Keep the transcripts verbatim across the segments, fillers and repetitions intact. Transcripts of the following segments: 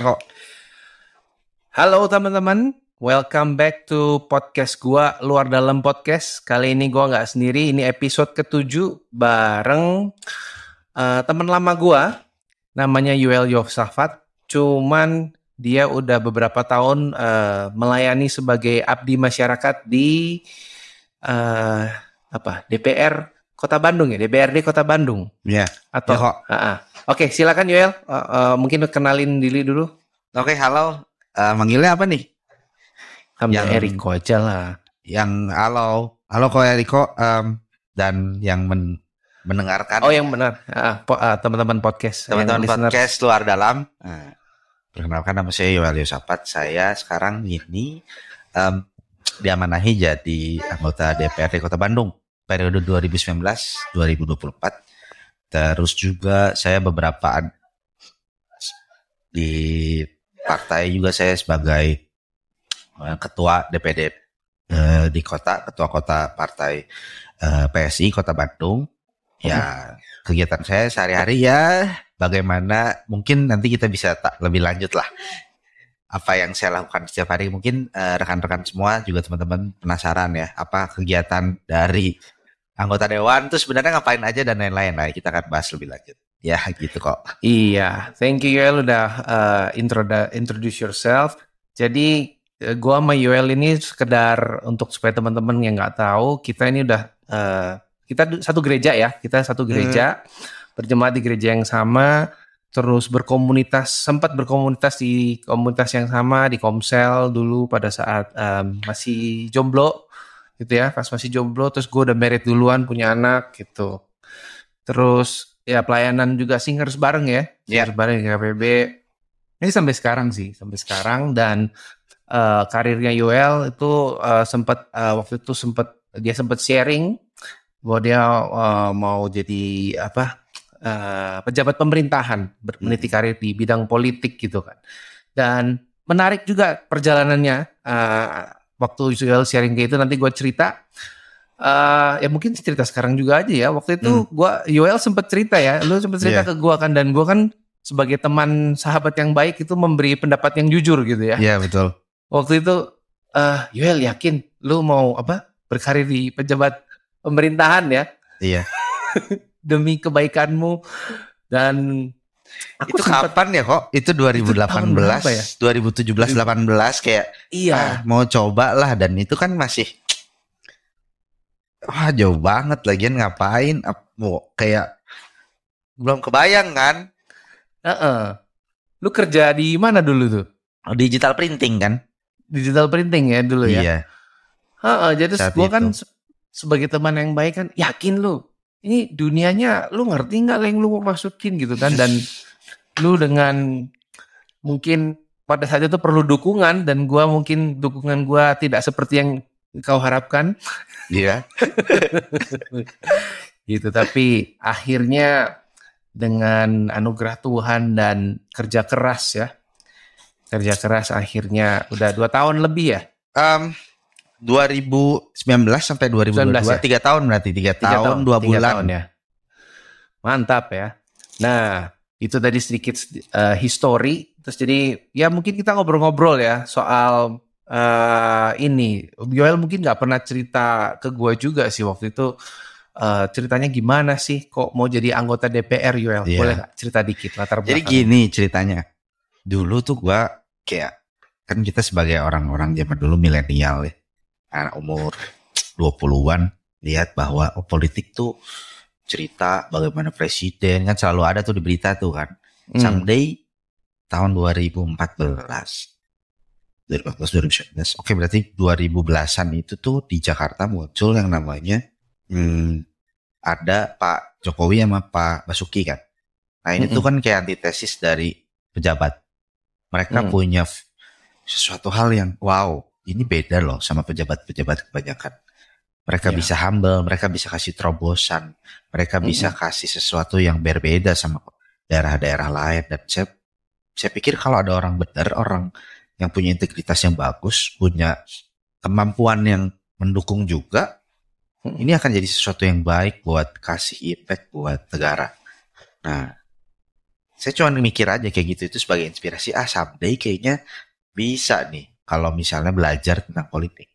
kok. Halo teman-teman, welcome back to podcast gua Luar Dalam Podcast. Kali ini gua nggak sendiri, ini episode ketujuh bareng uh, teman lama gua, namanya Yuel Yosafat. Cuman dia udah beberapa tahun uh, melayani sebagai abdi masyarakat di uh, apa D P R Kota Bandung ya, D P R D Kota Bandung. Iya. Atau ya, kok. Uh-uh. Oke, silakan Yuel, uh, uh, mungkin kenalin diri dulu. Oke, halo. Uh, manggilnya apa nih? Yang Eriko aja lah. Yang halo, halo kok Eriko, um, dan yang men, mendengarkan. Oh yang benar, uh, po, uh, teman-teman podcast. Teman-teman podcast Luar Dalam. Uh, perkenalkan nama saya Yuel Yosafat. Saya sekarang ini um, diamanahi jadi anggota D P R D Kota Bandung periode dua ribu sembilan belas sampai dua ribu dua puluh empat. Terus juga saya beberapa di partai juga saya sebagai uh, ketua D P D uh, di kota, ketua kota partai uh, P S I Kota Bandung. Ya, kegiatan saya sehari-hari ya bagaimana, mungkin nanti kita bisa tak lebih lanjut lah apa yang saya lakukan setiap hari. Mungkin uh, rekan-rekan semua juga teman-teman penasaran ya, apa kegiatan dari anggota dewan itu sebenarnya ngapain aja dan lain-lain lah. Kita akan bahas lebih lanjut. Ya gitu kok. Iya, thank you Yuel udah uh, intro introduce yourself. Jadi uh, gua sama Yuel ini sekedar untuk supaya teman-teman yang nggak tahu, kita ini udah uh, kita satu gereja ya, kita satu gereja hmm. berjemaat di gereja yang sama, terus berkomunitas, sempat berkomunitas di komunitas yang sama di Komsel dulu pada saat um, masih jomblo gitu ya, pas masih jomblo, terus gue udah married duluan, punya anak gitu, terus ya pelayanan juga singers bareng ya, singers yeah. bareng di K P B. Ini sampai sekarang sih, sampai sekarang dan uh, karirnya Yuel itu uh, sempat uh, waktu itu sempat dia sempat sharing bahwa dia uh, mau jadi apa uh, pejabat pemerintahan, meniti karir di bidang politik gitu kan. Dan menarik juga perjalanannya. Uh, waktu Yuel sharing kayak itu nanti gue cerita. Uh, ya mungkin cerita sekarang juga aja ya. Waktu itu hmm. gua Yuel sempat cerita ya, lu sempat cerita yeah. ke gua kan, dan gua kan sebagai teman sahabat yang baik itu memberi pendapat yang jujur gitu ya. Iya yeah, betul. Waktu itu uh, Yuel yakin lu mau apa berkarir di pejabat pemerintahan ya? Iya. Demi kebaikanmu. Dan aku itu sempet, kapan ya kok? Itu dua ribu delapan belas, ya? dua ribu tujuh belas delapan belas kayak iya ah, mau coba lah, dan itu kan masih wah jauh banget, lagian ngapain? Oh, kayak belum kebayang kan? Uh-uh. Lu kerja di mana dulu tuh? Oh, digital printing kan? Digital printing ya dulu ya? Iya. Uh-uh, jadi gue kan se- sebagai teman yang baik kan, yakin lu, ini dunianya lu ngerti nggak yang lu mau masukin gitu kan? Dan lu dengan mungkin pada saat itu perlu dukungan, dan gue mungkin dukungan gue tidak seperti yang kau harapkan. Iya. Gitu, tapi akhirnya dengan anugerah Tuhan dan kerja keras ya. Kerja keras akhirnya udah dua tahun lebih ya. Um, dua ribu sembilan belas sampai dua ribu dua puluh dua, tiga ya? tahun berarti, tiga tahun, dua bulan. Tahun ya. Mantap ya. Nah, itu tadi sedikit uh, history. Terus jadi ya mungkin kita ngobrol-ngobrol ya soal Uh, ini Yuel mungkin nggak pernah cerita ke gue juga sih waktu itu, uh, ceritanya gimana sih kok mau jadi anggota D P R Yuel? Yeah. Boleh nggak cerita dikit latar belakang? Jadi gini ceritanya, dulu tuh gue kayak kan kita sebagai orang-orang zaman dulu milenial ya, anak umur dua puluhan, lihat bahwa oh, politik tuh cerita bagaimana presiden kan selalu ada tuh di berita tuh kan. hmm. Someday tahun dua ribu empat belas dua ribu empat belas dua ribu sembilan belas, oke berarti dua ribu belasan itu tuh di Jakarta muncul yang namanya hmm, ada Pak Jokowi sama Pak Basuki kan. Nah ini mm-hmm. tuh kan kayak antitesis dari pejabat. Mereka mm. punya f- sesuatu hal yang wow, ini beda loh sama pejabat-pejabat kebanyakan. Mereka yeah. bisa humble, mereka bisa kasih terobosan, mereka mm-hmm. bisa kasih sesuatu yang berbeda sama daerah-daerah lain. Dan saya, saya pikir kalau ada orang benar, orang yang punya integritas yang bagus, punya kemampuan yang mendukung juga, ini akan jadi sesuatu yang baik buat kasih impact buat negara. Nah, saya cuma mikir aja kayak gitu itu sebagai inspirasi. Ah, someday kayaknya bisa nih kalau misalnya belajar tentang politik.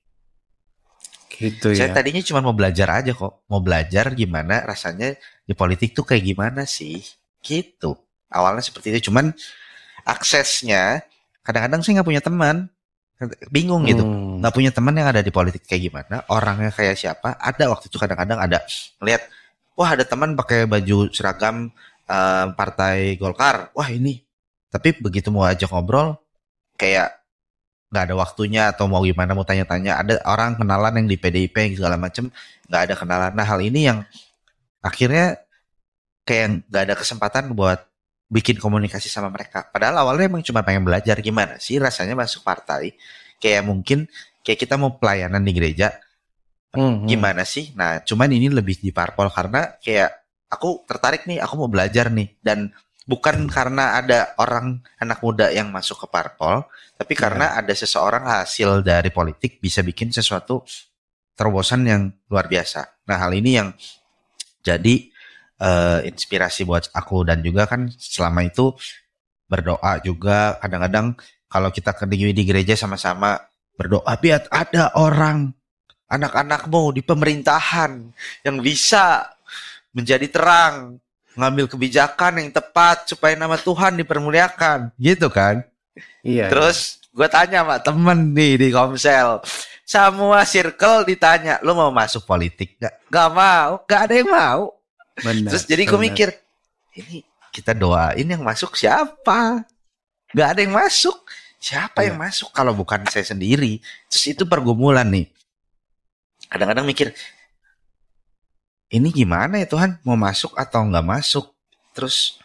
Gitu Saya ya. tadinya cuma mau belajar aja kok. Mau belajar gimana rasanya di politik tuh kayak gimana sih. Gitu. Awalnya seperti itu. Cuman aksesnya kadang-kadang saya nggak punya teman. Bingung gitu. Hmm. Nggak punya teman yang ada di politik kayak gimana. Orangnya kayak siapa. Ada waktu itu kadang-kadang ada. Melihat, wah ada teman pakai baju seragam uh, partai Golkar. Wah ini. Tapi begitu mau ajak ngobrol, kayak nggak ada waktunya atau mau gimana mau tanya-tanya. Ada orang kenalan yang di P D I P segala macem, nggak ada kenalan. Nah hal ini yang akhirnya kayak nggak ada kesempatan buat bikin komunikasi sama mereka. Padahal awalnya emang cuma pengen belajar gimana sih rasanya masuk partai. Kayak mungkin kayak kita mau pelayanan di gereja, Hmm, hmm. gimana sih? Nah cuman ini lebih di parpol karena kayak aku tertarik nih, aku mau belajar nih. Dan bukan karena ada orang anak muda yang masuk ke parpol, tapi karena ada seseorang hasil dari politik bisa bikin sesuatu terobosan yang luar biasa. Nah hal ini yang jadi uh, inspirasi buat aku. Dan juga kan selama itu berdoa juga. Kadang-kadang kalau kita ke di, di gereja sama-sama berdoa, biar ada orang anak-anakmu di pemerintahan yang bisa menjadi terang, ngambil kebijakan yang tepat supaya nama Tuhan dipermuliakan, gitu kan? Iya. Terus gue tanya sama temen nih di Komsel, semua circle ditanya, lu mau masuk politik gak? Gak mau, gak ada yang mau. Benar, Terus jadi gue benar. mikir, ini kita doain yang masuk siapa? Gak ada yang masuk. Siapa Iya. yang masuk kalau bukan saya sendiri? Terus itu pergumulan nih. Kadang-kadang mikir, ini gimana ya Tuhan, mau masuk atau nggak masuk? Terus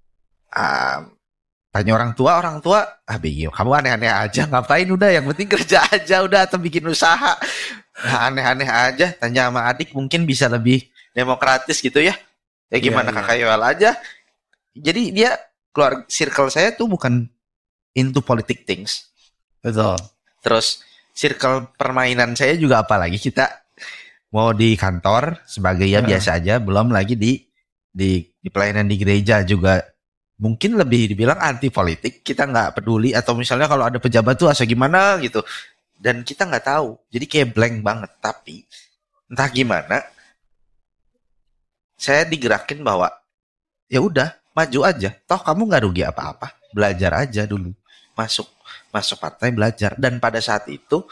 um, tanya orang tua, orang tua, ah bingung, kamu aneh-aneh aja, ngapain udah, yang penting kerja aja udah, atau bikin usaha. Nah, aneh-aneh aja, tanya sama adik mungkin bisa lebih demokratis gitu ya. Ya gimana Iya, kakak Yoel aja. Jadi dia keluar circle saya tuh bukan into politic things. betul. Terus circle permainan saya juga apalagi kita mau di kantor sebagai ya Uh-uh. biasa aja, belum lagi di di di pelayanan di gereja juga mungkin lebih dibilang anti politik. Kita nggak peduli, atau misalnya kalau ada pejabat tuh asa gimana gitu, dan kita nggak tahu, jadi kayak blank banget. Tapi entah gimana saya digerakin bahwa ya udah maju aja, toh kamu nggak rugi apa-apa, belajar aja dulu, masuk masuk partai belajar. Dan pada saat itu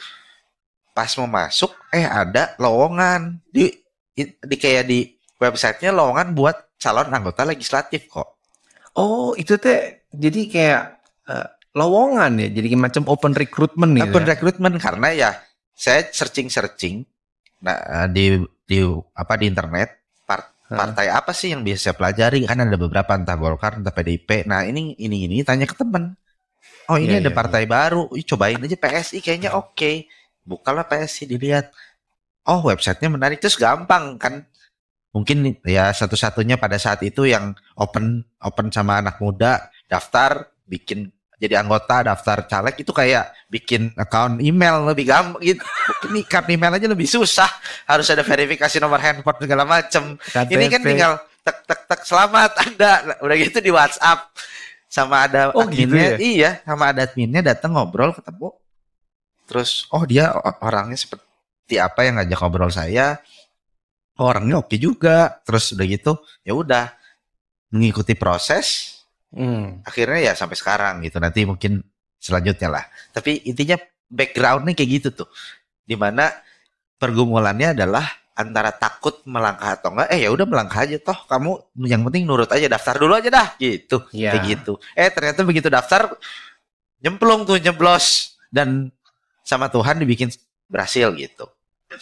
pas mau masuk, eh ada lowongan di, di kayak di websitenya, lowongan buat calon anggota legislatif kok. Oh, itu teh jadi kayak uh, lowongan ya, jadi kayak macam open recruitment nih. Open ya? recruitment karena ya saya searching-searching nah di di apa di internet part, partai apa sih yang biasa saya pelajari, kan ada beberapa, entah Golkar entah P D I P. Nah ini ini ini tanya ke teman, oh ini Iya, ada iya, partai baru, ih, cobain aja P S I kayaknya oke. Okay. Bukalah P S I, dilihat, oh websitenya menarik, terus gampang kan. Mungkin ya satu-satunya pada saat itu yang open open sama anak muda, daftar bikin jadi anggota, daftar caleg itu kayak bikin account email lebih gampang gitu. Ini card email aja lebih susah, harus ada verifikasi nomor handphone segala macem. K T P. Ini kan tinggal tek tek tek selamat Anda, udah gitu di WhatsApp sama ada Oh, gitu adminnya. ya? Iya, sama ada adminnya, datang ngobrol ketemu. Terus oh dia orangnya seperti apa yang ngajak ngobrol saya, orangnya oke juga. Terus udah gitu ya udah mengikuti proses, Hmm. akhirnya ya sampai sekarang gitu. Nanti mungkin selanjutnya lah, tapi intinya backgroundnya kayak gitu tuh, dimana pergumulannya adalah antara takut melangkah atau enggak. Eh ya udah melangkah aja, toh kamu yang penting nurut aja, daftar dulu aja dah gitu. Ya. Kayak gitu. Eh ternyata begitu daftar nyemplung tuh, nyeblos, dan sama Tuhan dibikin berhasil gitu.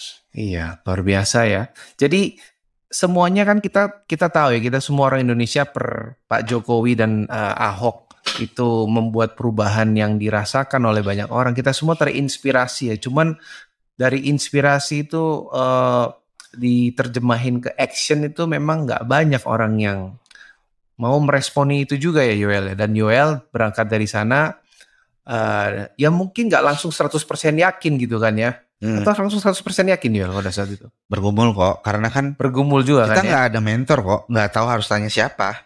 Iya, luar biasa ya. Jadi semuanya kan kita kita tahu ya, kita semua orang Indonesia per Pak Jokowi dan uh, Ahok itu membuat perubahan yang dirasakan oleh banyak orang. Kita semua terinspirasi ya. Cuman dari inspirasi itu uh, diterjemahin ke action itu memang nggak banyak orang yang mau meresponi itu juga ya Yoel. Dan Yoel berangkat dari sana uh, ya mungkin nggak langsung seratus persen yakin gitu kan ya. Hmm. Atau langsung seratus persen yakin ya pada saat itu? Bergumul kok, karena kan bergumul juga kita kan nggak ya? ada mentor kok, nggak tahu harus tanya siapa.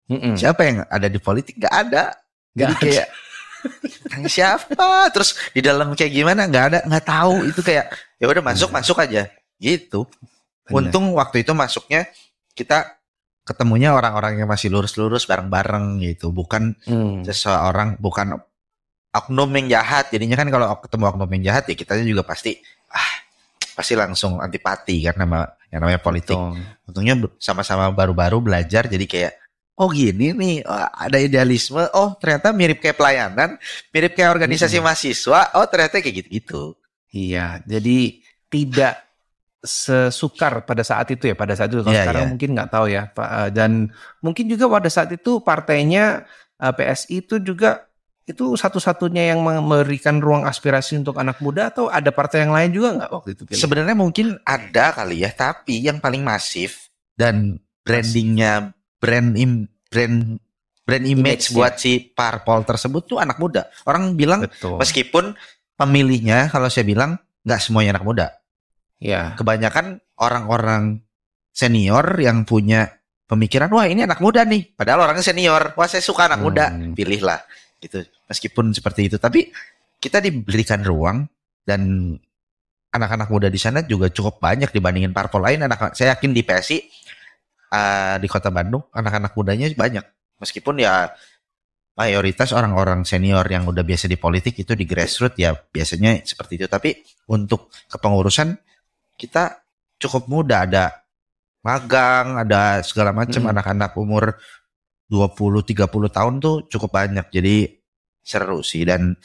Mm-mm. Siapa yang ada di politik? Gak ada. Jadi Nggak ada. kayak tanya siapa, terus di dalam kayak gimana? Gak ada, nggak tahu. Itu kayak ya udah masuk Benar. masuk aja gitu. Benar. Untung waktu itu masuknya kita ketemunya orang-orang yang masih lurus-lurus bareng-bareng gitu, bukan Hmm. seseorang, bukan oknum yang jahat. Jadinya kan kalau ketemu oknum yang jahat ya kita juga pasti ah pasti langsung antipati kan nama yang namanya politik. Betul. Untungnya sama-sama baru-baru belajar jadi kayak oh gini nih, oh, ada idealisme, oh ternyata mirip kayak pelayanan, mirip kayak organisasi Mm-mm. mahasiswa, oh ternyata kayak gitu-gitu. Iya, jadi tidak sesukar pada saat itu ya, pada saat itu. Kalau Iya, sekarang iya. mungkin nggak tahu ya, Pak. Eh, Dan mungkin juga pada saat itu partainya eh, P S I itu juga itu satu-satunya yang memberikan ruang aspirasi untuk anak muda, atau ada partai yang lain juga nggak waktu itu? Pilih? Sebenarnya mungkin ada kali ya, tapi yang paling masif dan brandingnya brand im, brand brand image, Image-nya. buat si parpol tersebut tuh anak muda. Orang bilang Betul. meskipun pemilihnya kalau saya bilang nggak semuanya anak muda. Ya, Kebanyakan orang-orang senior yang punya pemikiran wah ini anak muda nih, padahal orangnya senior. Wah saya suka anak Hmm. muda, pilihlah gitu. Meskipun seperti itu, tapi kita diberikan ruang dan anak-anak muda di sana juga cukup banyak dibandingin parpol lain. Anak, saya yakin di P S I uh, di Kota Bandung anak-anak mudanya banyak. Meskipun ya mayoritas orang-orang senior yang udah biasa di politik itu di grassroots ya biasanya seperti itu. Tapi untuk kepengurusan kita cukup muda, ada magang, ada segala macam. Hmm. Anak-anak umur dua puluh tiga puluh tahun tuh cukup banyak. Jadi seru sih dan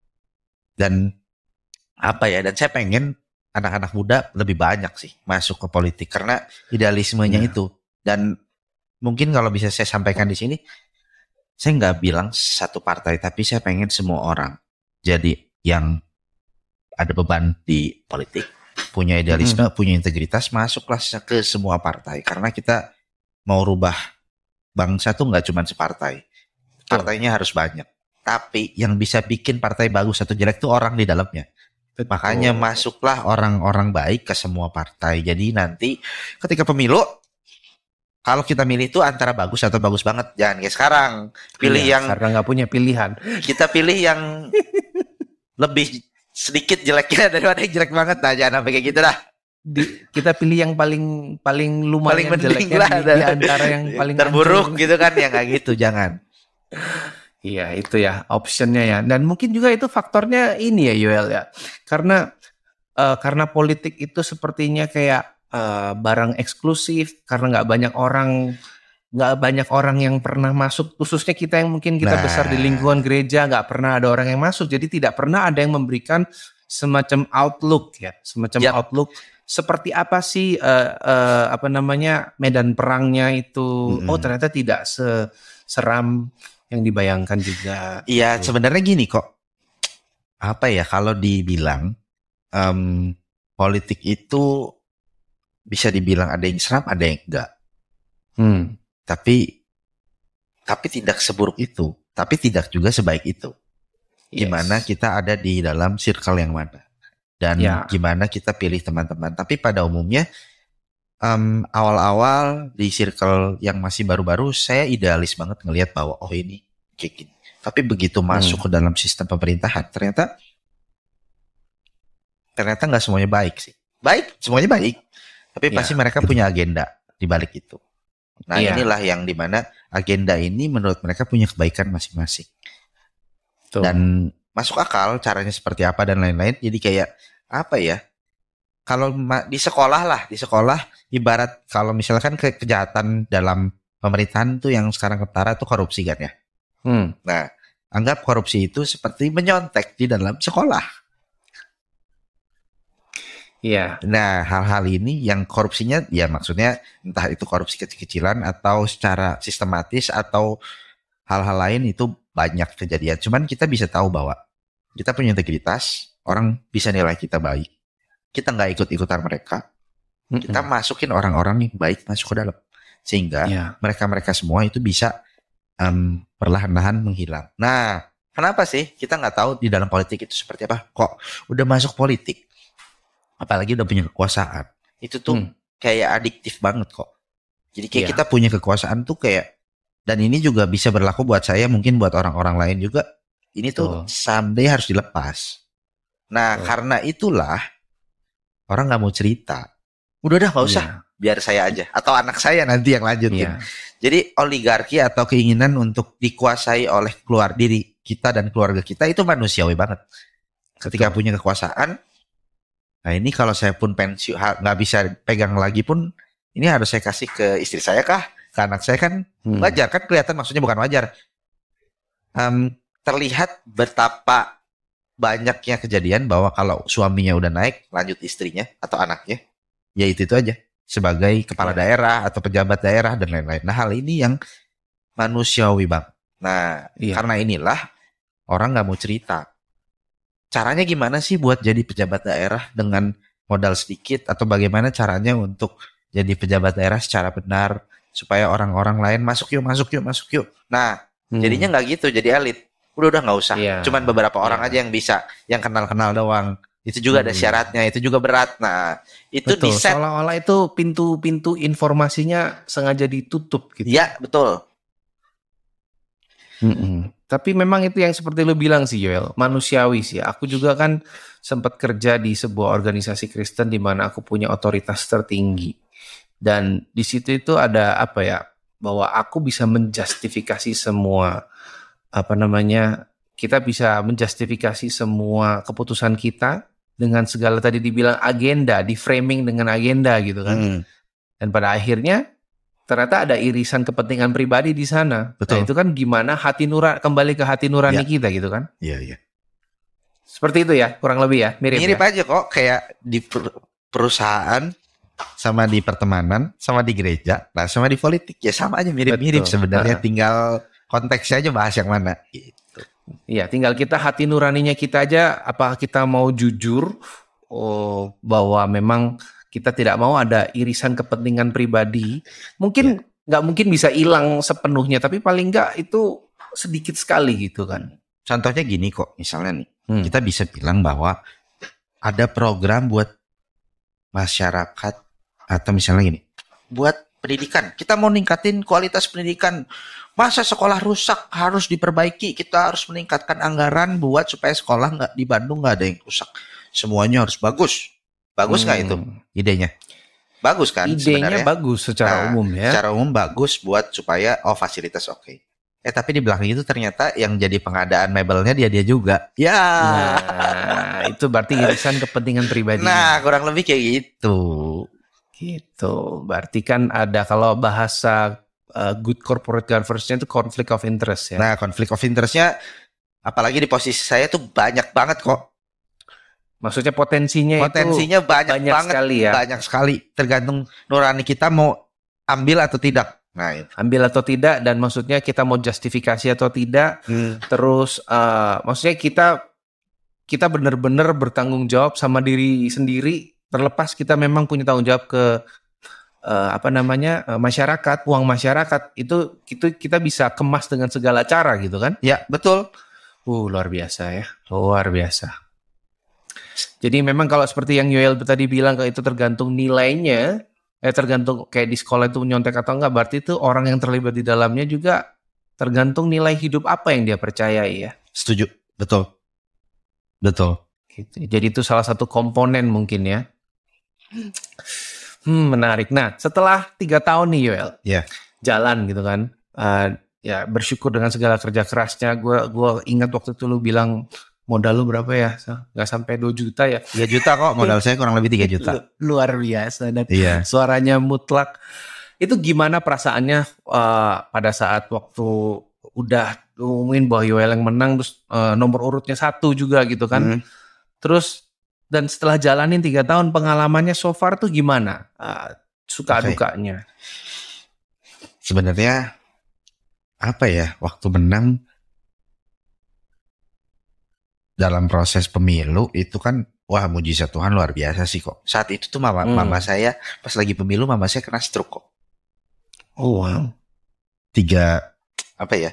dan apa ya, dan saya pengen anak-anak muda lebih banyak sih masuk ke politik karena idealismenya Ya. itu. Dan mungkin kalau bisa saya sampaikan di sini, saya nggak bilang satu partai, tapi saya pengen semua orang jadi yang ada beban di politik, punya idealisme, Mm-mm. punya integritas, masuklah ke semua partai. Karena kita mau rubah bangsa tuh nggak cuma separtai, partainya harus banyak. Tapi yang bisa bikin partai bagus atau jelek tuh orang di dalamnya. Betul. Makanya masuklah orang-orang baik ke semua partai. Jadi nanti ketika pemilu, kalau kita milih itu antara bagus atau bagus banget, jangan kayak sekarang. Pilih Iya, yang karena nggak punya pilihan. kita pilih yang lebih sedikit jeleknya daripada yang jelek banget. Nah, jangan sampai kayak gitu dah. Di, kita pilih yang paling paling lumayan Paling mending jeleknya lah, di, di antara yang paling terburuk hancur. gitu kan, ya nggak gitu, jangan. Iya, itu ya optionnya ya. Dan mungkin juga itu faktornya ini ya, Yoel ya. Karena eh, karena politik itu sepertinya kayak eh, barang eksklusif, karena nggak banyak orang nggak banyak orang yang pernah masuk, khususnya kita yang mungkin kita Nah. besar di lingkungan gereja, nggak pernah ada orang yang masuk. Jadi tidak pernah ada yang memberikan semacam outlook ya, semacam Yap. outlook seperti apa sih eh, eh, apa namanya medan perangnya itu. Mm-mm. Oh ternyata tidak seseram yang dibayangkan juga. Iya, Gitu. sebenarnya gini kok. Apa ya, kalau dibilang em, politik itu bisa dibilang ada yang seram, ada yang enggak. Hmm. Tapi tapi tidak seburuk itu, tapi tidak juga sebaik itu. Gimana Yes. kita ada di dalam circle yang mana, dan Ya. gimana kita pilih teman-teman. Tapi pada umumnya em, awal-awal di circle yang masih baru-baru, saya idealis banget ngelihat bahwa oh ini kayak gini. Tapi begitu masuk ke dalam sistem pemerintahan, ternyata ternyata nggak semuanya baik sih. Baik, semuanya baik. Tapi Ya. pasti mereka punya agenda di balik itu. Nah, Iya. inilah yang dimana agenda ini menurut mereka punya kebaikan masing-masing. Tuh. Dan masuk akal caranya seperti apa dan lain-lain. Jadi kayak apa ya? Kalau ma- di sekolah lah, di sekolah ibarat kalau misalkan ke kejahatan dalam pemerintahan tuh yang sekarang ketara tuh korupsi kan ya. Hmm. Nah, anggap korupsi itu seperti menyontek di dalam sekolah. Iya. Nah, hal-hal ini yang korupsinya ya maksudnya entah itu korupsi kecil-kecilan atau secara sistematis atau hal-hal lain itu banyak kejadian. Cuman kita bisa tahu bahwa kita punya integritas, orang bisa nilai kita baik. Kita nggak ikut-ikutan mereka. Kita masukin orang-orang yang baik masuk ke dalam. Sehingga Ya. mereka-mereka semua itu bisa um, perlahan-lahan menghilang. Nah, kenapa sih kita nggak tahu di dalam politik itu seperti apa? Kok udah masuk politik, apalagi udah punya kekuasaan, itu tuh Hmm. kayak adiktif banget kok. Jadi kayak Iya. kita punya kekuasaan tuh kayak Dan ini juga bisa berlaku buat saya, mungkin buat orang-orang lain juga. Ini tuh Betul. someday harus dilepas. Nah, Betul. karena itulah orang nggak mau cerita. Udah dah nggak usah, Iya. biar saya aja atau anak saya nanti yang lanjutin. Iya. Jadi oligarki atau keinginan untuk dikuasai oleh keluar diri kita dan keluarga kita itu manusiawi banget. Ketika Betul. punya kekuasaan, nah ini kalau saya pun pensiun nggak bisa pegang lagi pun, ini harus saya kasih ke istri saya kah, ke anak saya kan Hmm. wajar kan, kelihatan maksudnya bukan wajar. Um, terlihat betapa banyaknya kejadian bahwa kalau suaminya udah naik, lanjut istrinya atau anaknya, ya itu itu aja sebagai kepala Iya. daerah atau pejabat daerah dan lain-lain. Nah hal ini yang manusiawi bang. Nah Iya. karena inilah orang nggak mau cerita. Caranya gimana sih buat jadi pejabat daerah dengan modal sedikit, atau bagaimana caranya untuk jadi pejabat daerah secara benar supaya orang-orang lain masuk yuk, masuk yuk, masuk yuk. Nah Hmm. jadinya nggak gitu, jadi elit. Udah udah nggak usah. Iya. Cuman beberapa orang Iya. aja yang bisa, yang kenal-kenal doang. Itu juga ada Hmm. syaratnya, itu juga berat. Nah itu Betul. di set. Seolah-olah itu pintu-pintu informasinya sengaja ditutup gitu. Ya betul. Mm-mm. Tapi memang itu yang seperti lu bilang sih Yoel, manusiawi sih. Aku juga kan sempat kerja di sebuah organisasi Kristen di mana aku punya otoritas tertinggi. Dan di situ itu ada apa ya, bahwa aku bisa menjustifikasi semua, apa namanya, kita bisa menjustifikasi semua keputusan kita dengan segala tadi dibilang agenda, di framing dengan agenda gitu kan. Hmm. Dan pada akhirnya ternyata ada irisan kepentingan pribadi di sana. Betul. Nah itu kan gimana hati nurani, kembali ke hati nurani Ya. kita gitu kan. Iya iya. Seperti itu ya, kurang lebih ya, mirip, Mirip ya. aja kok, kayak di per- perusahaan, sama di pertemanan, sama di gereja, nah sama di politik ya sama aja, mirip-mirip Betul. sebenarnya. Uh-uh. Tinggal konteksnya aja bahas yang mana. Gitu. Iya, tinggal kita hati nuraninya kita aja, apakah kita mau jujur oh, bahwa memang kita tidak mau ada irisan kepentingan pribadi. Mungkin nggak mungkin bisa hilang sepenuhnya, tapi paling nggak itu sedikit sekali gitu kan. Contohnya gini kok, misalnya nih, Hmm. kita bisa bilang bahwa ada program buat masyarakat, atau misalnya gini, buat pendidikan. Kita mau ningkatin kualitas pendidikan. Masa sekolah rusak harus diperbaiki? Kita harus meningkatkan anggaran buat supaya sekolah nggak di Bandung nggak ada yang rusak. Semuanya harus bagus. Bagus nggak Hmm. itu idenya? Bagus kan Idenya sebenarnya? bagus secara Nah, umum ya. Secara umum bagus buat supaya oh fasilitas oke. Eh tapi di belakang itu ternyata yang jadi pengadaan mebelnya dia-dia juga. Ya. Nah, itu berarti irisan kepentingan pribadi. Nah, kurang lebih kayak gitu. Gitu. Berarti kan ada, kalau bahasa uh, good corporate governance-nya itu conflict of interest ya. Nah, konflik of interest-nya apalagi di posisi saya tuh banyak banget kok. Maksudnya potensinya, Potensinya itu banyak, banyak banget, sekali ya. banyak sekali. Tergantung nurani kita mau ambil atau tidak. Nah, itu. Ambil atau tidak, dan maksudnya kita mau justifikasi atau tidak. Hmm. Terus uh, maksudnya kita kita benar-benar bertanggung jawab sama diri sendiri, terlepas kita memang punya tanggung jawab ke uh, apa namanya uh, masyarakat, uang masyarakat itu itu kita bisa kemas dengan segala cara gitu kan. Ya, betul. Uh, luar biasa ya, luar biasa. Jadi memang kalau seperti yang Yoel tadi bilang, kalau itu tergantung nilainya, eh tergantung kayak di sekolah itu nyontek atau enggak, berarti itu orang yang terlibat di dalamnya juga tergantung nilai hidup apa yang dia percayai ya. Setuju, betul. Betul. Gitu. Jadi itu salah satu komponen mungkin ya. Hmm, menarik. Nah, setelah tiga tahun nih Yoel, Ya. jalan gitu kan, uh, ya bersyukur dengan segala kerja kerasnya. Gue gua ingat waktu itu lu bilang modal lu berapa ya? Nggak sampai dua juta ya? tiga juta kok, modal saya kurang lebih tiga juta. Lu- Luar biasa, dan Iya. suaranya mutlak. Itu gimana perasaannya uh, pada saat waktu udah umumin bahwa Yoel yang menang, terus uh, nomor urutnya satu juga gitu kan? Hmm. Terus dan setelah jalanin tiga tahun, pengalamannya so far tuh gimana? Uh, suka Oke. dukanya? Sebenarnya apa ya, waktu menang dalam proses pemilu itu kan wah mujizat Tuhan luar biasa sih kok. Saat itu tuh mama, Hmm. mama saya pas lagi pemilu, mama saya kena stroke kok. Oh wow. Tiga apa ya,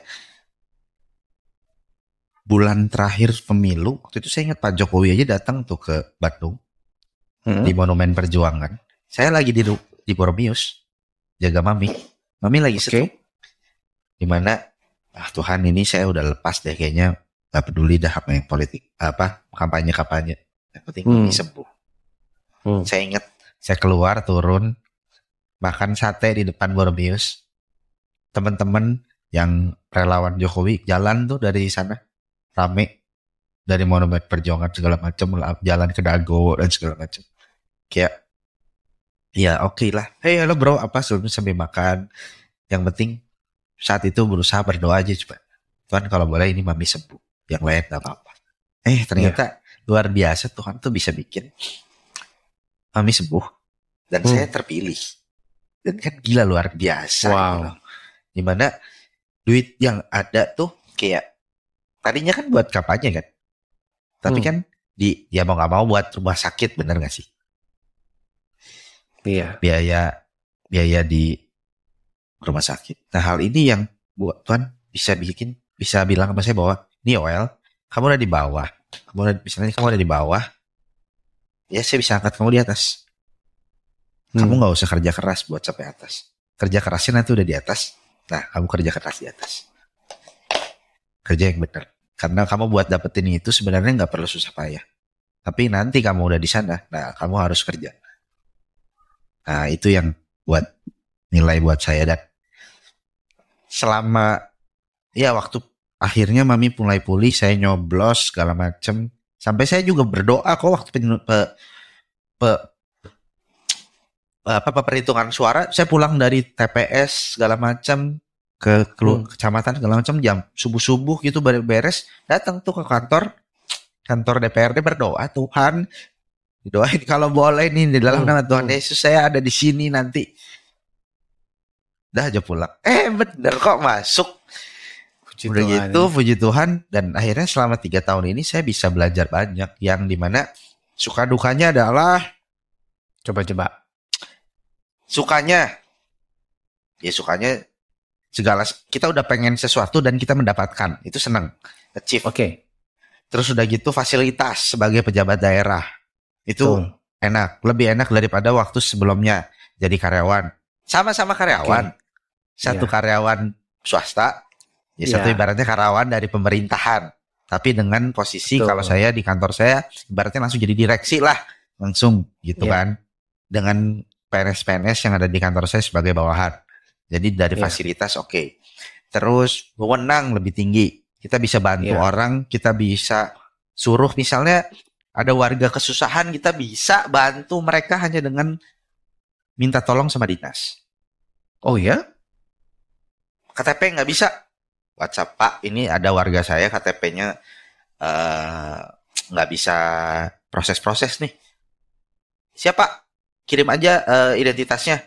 bulan terakhir pemilu waktu itu saya ingat Pak Jokowi aja datang tuh ke Bandung Hmm. di Monumen Perjuangan. Saya lagi di di Boromius jaga mami, mami lagi Oke. stroke. Dimana ah Tuhan ini saya udah lepas deh kayaknya, gak peduli dah apa yang politik apa kampanye-kampanye, yang penting Hmm. mami sembuh. Hmm. Saya ingat saya keluar turun makan sate di depan Bormius, teman-teman yang relawan Jokowi jalan tuh dari sana rame, dari Monumen Perjuangan segala macam, jalan ke Dago dan segala macam. Kayak ya oke okay lah, hey halo bro apa sebelum sambil makan, yang penting saat itu berusaha berdoa aja coba, Tuhan kalau boleh ini mami sembuh, yang lain gak apa-apa. Eh ternyata yeah. luar biasa, Tuhan tuh bisa bikin mami sembuh dan hmm. saya terpilih, dan kan gila luar biasa. Wow. Gitu. Dimana duit yang ada tuh kayak tadinya kan buat kampanye kan, tapi hmm. kan di ya mau nggak mau buat rumah sakit, bener nggak sih? Iya. Biaya biaya di rumah sakit. Nah hal ini yang buat Tuhan bisa bikin, bisa bilang sama saya bahwa nih Oel, kamu udah di bawah, kamu udah, misalnya kamu udah di bawah, ya saya bisa angkat kamu di atas. Kamu nggak hmm. usah kerja keras buat sampai atas. Kerja kerasnya nanti udah di atas. Nah kamu kerja keras di atas. Kerja yang benar. Karena kamu buat dapetin itu sebenarnya nggak perlu susah payah. Tapi nanti kamu udah di sana, nah kamu harus kerja. Nah itu yang buat nilai buat saya. Dan selama ya waktu akhirnya mami mulai pulih, saya nyoblos segala macem. Sampai saya juga berdoa kok waktu pe, pe, pe, apa perhitungan suara, saya pulang dari T P S segala macam ke, ke hmm. kecamatan segala macam jam subuh-subuh gitu beres, datang tuh ke kantor kantor D P R D berdoa, Tuhan doain kalau boleh nih di dalam hmm. nama Tuhan Yesus saya ada di sini nanti. Dah aja pulang. Eh bener kok masuk. Puji Udah Tuhan, gitu ya. Puji Tuhan. Dan akhirnya selama tiga tahun ini saya bisa belajar banyak, yang dimana suka dukanya adalah coba-coba. Sukanya ya sukanya segala, kita udah pengen sesuatu dan kita mendapatkan, itu seneng, achieve. Oke. Okay. Terus udah gitu fasilitas sebagai pejabat daerah itu Betul. enak, lebih enak daripada waktu sebelumnya jadi karyawan. Sama-sama karyawan, okay. satu yeah. karyawan swasta, ya yeah. satu ibaratnya karyawan dari pemerintahan. Tapi dengan posisi Betul. Kalau saya di kantor saya ibaratnya langsung jadi direksi lah, langsung gitu yeah. kan, dengan P N S-P N S yang ada di kantor saya sebagai bawahan. Jadi dari yeah. fasilitas oke. Okay. Terus wewenang lebih tinggi. Kita bisa bantu yeah. orang, kita bisa suruh misalnya ada warga kesusahan, kita bisa bantu mereka hanya dengan minta tolong sama dinas. Oh ya? K T P nggak bisa. WhatsApp, Pak, ini ada warga saya K T P-nya uh, nggak bisa proses-proses nih. Siapa? Kirim aja uh, identitasnya.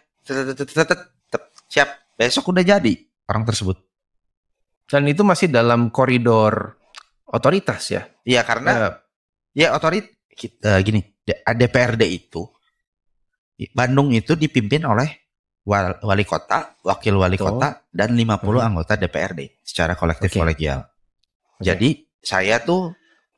Siap. Besok udah jadi orang tersebut. Dan itu masih dalam koridor otoritas ya? Iya karena uh, ya otorit uh, gini, D P R D itu Bandung itu dipimpin oleh wali kota, wakil wali Betul. Kota, dan lima puluh hmm. anggota D P R D secara kolektif okay. kolegial. Okay. Jadi saya tuh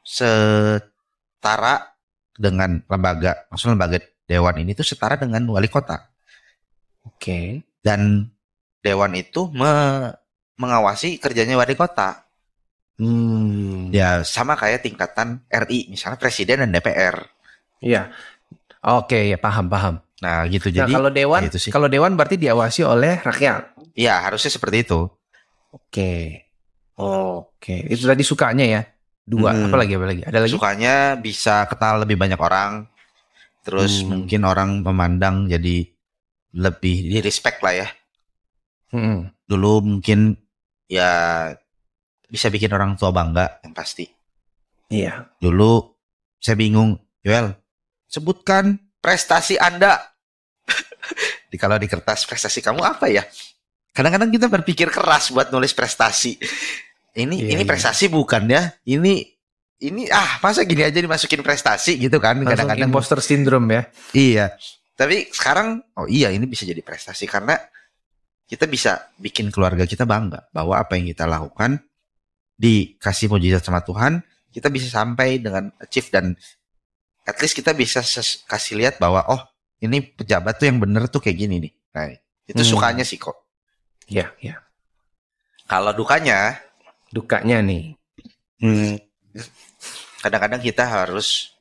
setara dengan lembaga, maksudnya lembaga dewan ini tuh setara dengan wali kota. Oke. Okay. Dan dewan itu me- mengawasi kerjanya wali kota. Hmm. Ya sama kayak tingkatan R I, misalnya presiden dan D P R. Iya. Oke, okay, ya paham paham. Nah gitu, nah, jadi kalau dewan gitu kalau dewan berarti diawasi oleh rakyat. Iya harusnya seperti itu. Oke. Okay. Oke, okay. Itu tadi sukanya ya. Dua, hmm. apa lagi apa lagi? Ada lagi? Sukanya bisa kenal lebih banyak orang. Terus hmm. mungkin orang memandang jadi lebih di respect lah ya. Hmm. Dulu mungkin ya bisa bikin orang tua bangga yang pasti. Iya. Dulu saya bingung, Yoel, sebutkan prestasi Anda. Di kalau di kertas prestasi kamu apa ya? Kadang-kadang kita berpikir keras buat nulis prestasi. Ini iya, ini prestasi iya. bukan ya? Ini ini ah masa gini aja dimasukin prestasi gitu kan? Langsung kadang-kadang imposter syndrome ya. Iya. Tapi sekarang oh iya ini bisa jadi prestasi karena kita bisa bikin keluarga kita bangga bahwa apa yang kita lakukan dikasih mujizat sama Tuhan, kita bisa sampai dengan achieve dan at least kita bisa ses- kasih lihat bahwa oh ini pejabat tuh yang bener tuh kayak gini nih. Nah itu hmm. sukanya sih kok. Iya, iya. Kalau dukanya, Dukanya nih. hmm, kadang-kadang kita harus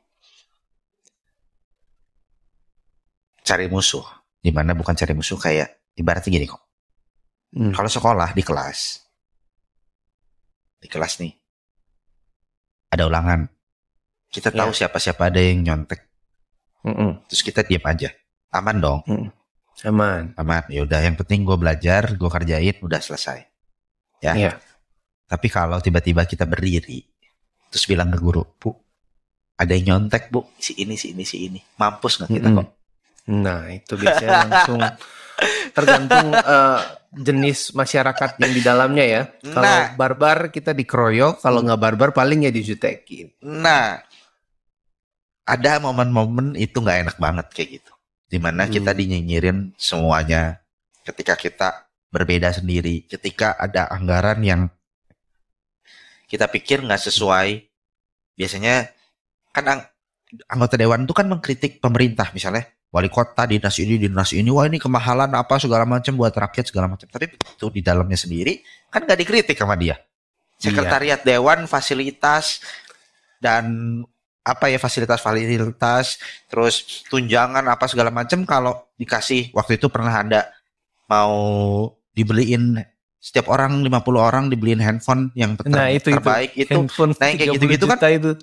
cari musuh. Dimana bukan cari musuh kayak ibaratnya gini kok. Hmm. Kalau sekolah di kelas, di kelas nih ada ulangan. Kita tahu Ya. siapa-siapa ada yang nyontek. Mm-mm. Terus kita diam aja. Aman dong. Mm. Aman. Aman. Ya udah, yang penting gue belajar, gue kerjain, udah selesai. Ya. Ya. Tapi kalau tiba-tiba kita berdiri, terus bilang ke guru, Bu, ada yang nyontek, Bu. Si ini, si ini, si ini. Mampus nggak kita Mm-mm. kok? Nah, itu biasanya langsung tergantung eh, jenis masyarakat yang di dalamnya ya. Kalau Nah. barbar kita dikeroyok, kalau nggak barbar paling ya dijutekin. Nah, ada momen-momen itu nggak enak banget kayak gitu. Dimana Hmm. kita dinyinyirin semuanya. Ketika kita berbeda sendiri. Ketika ada anggaran yang kita pikir nggak sesuai. Biasanya kan ang- anggota dewan itu kan mengkritik pemerintah misalnya. Wali kota, dinas ini, dinas ini. Wah ini kemahalan apa segala macam buat rakyat segala macam. Tapi begitu di dalamnya sendiri kan nggak dikritik sama dia. Sekretariat dewan, fasilitas, dan apa ya fasilitas-fasilitas, terus tunjangan apa segala macam kalau dikasih. Waktu itu pernah ada mau dibeliin setiap orang lima puluh orang dibeliin handphone yang ter- Nah, itu- itu. terbaik itu, Handphone nah, yang kayak tiga puluh gitu-gitu kan juta itu.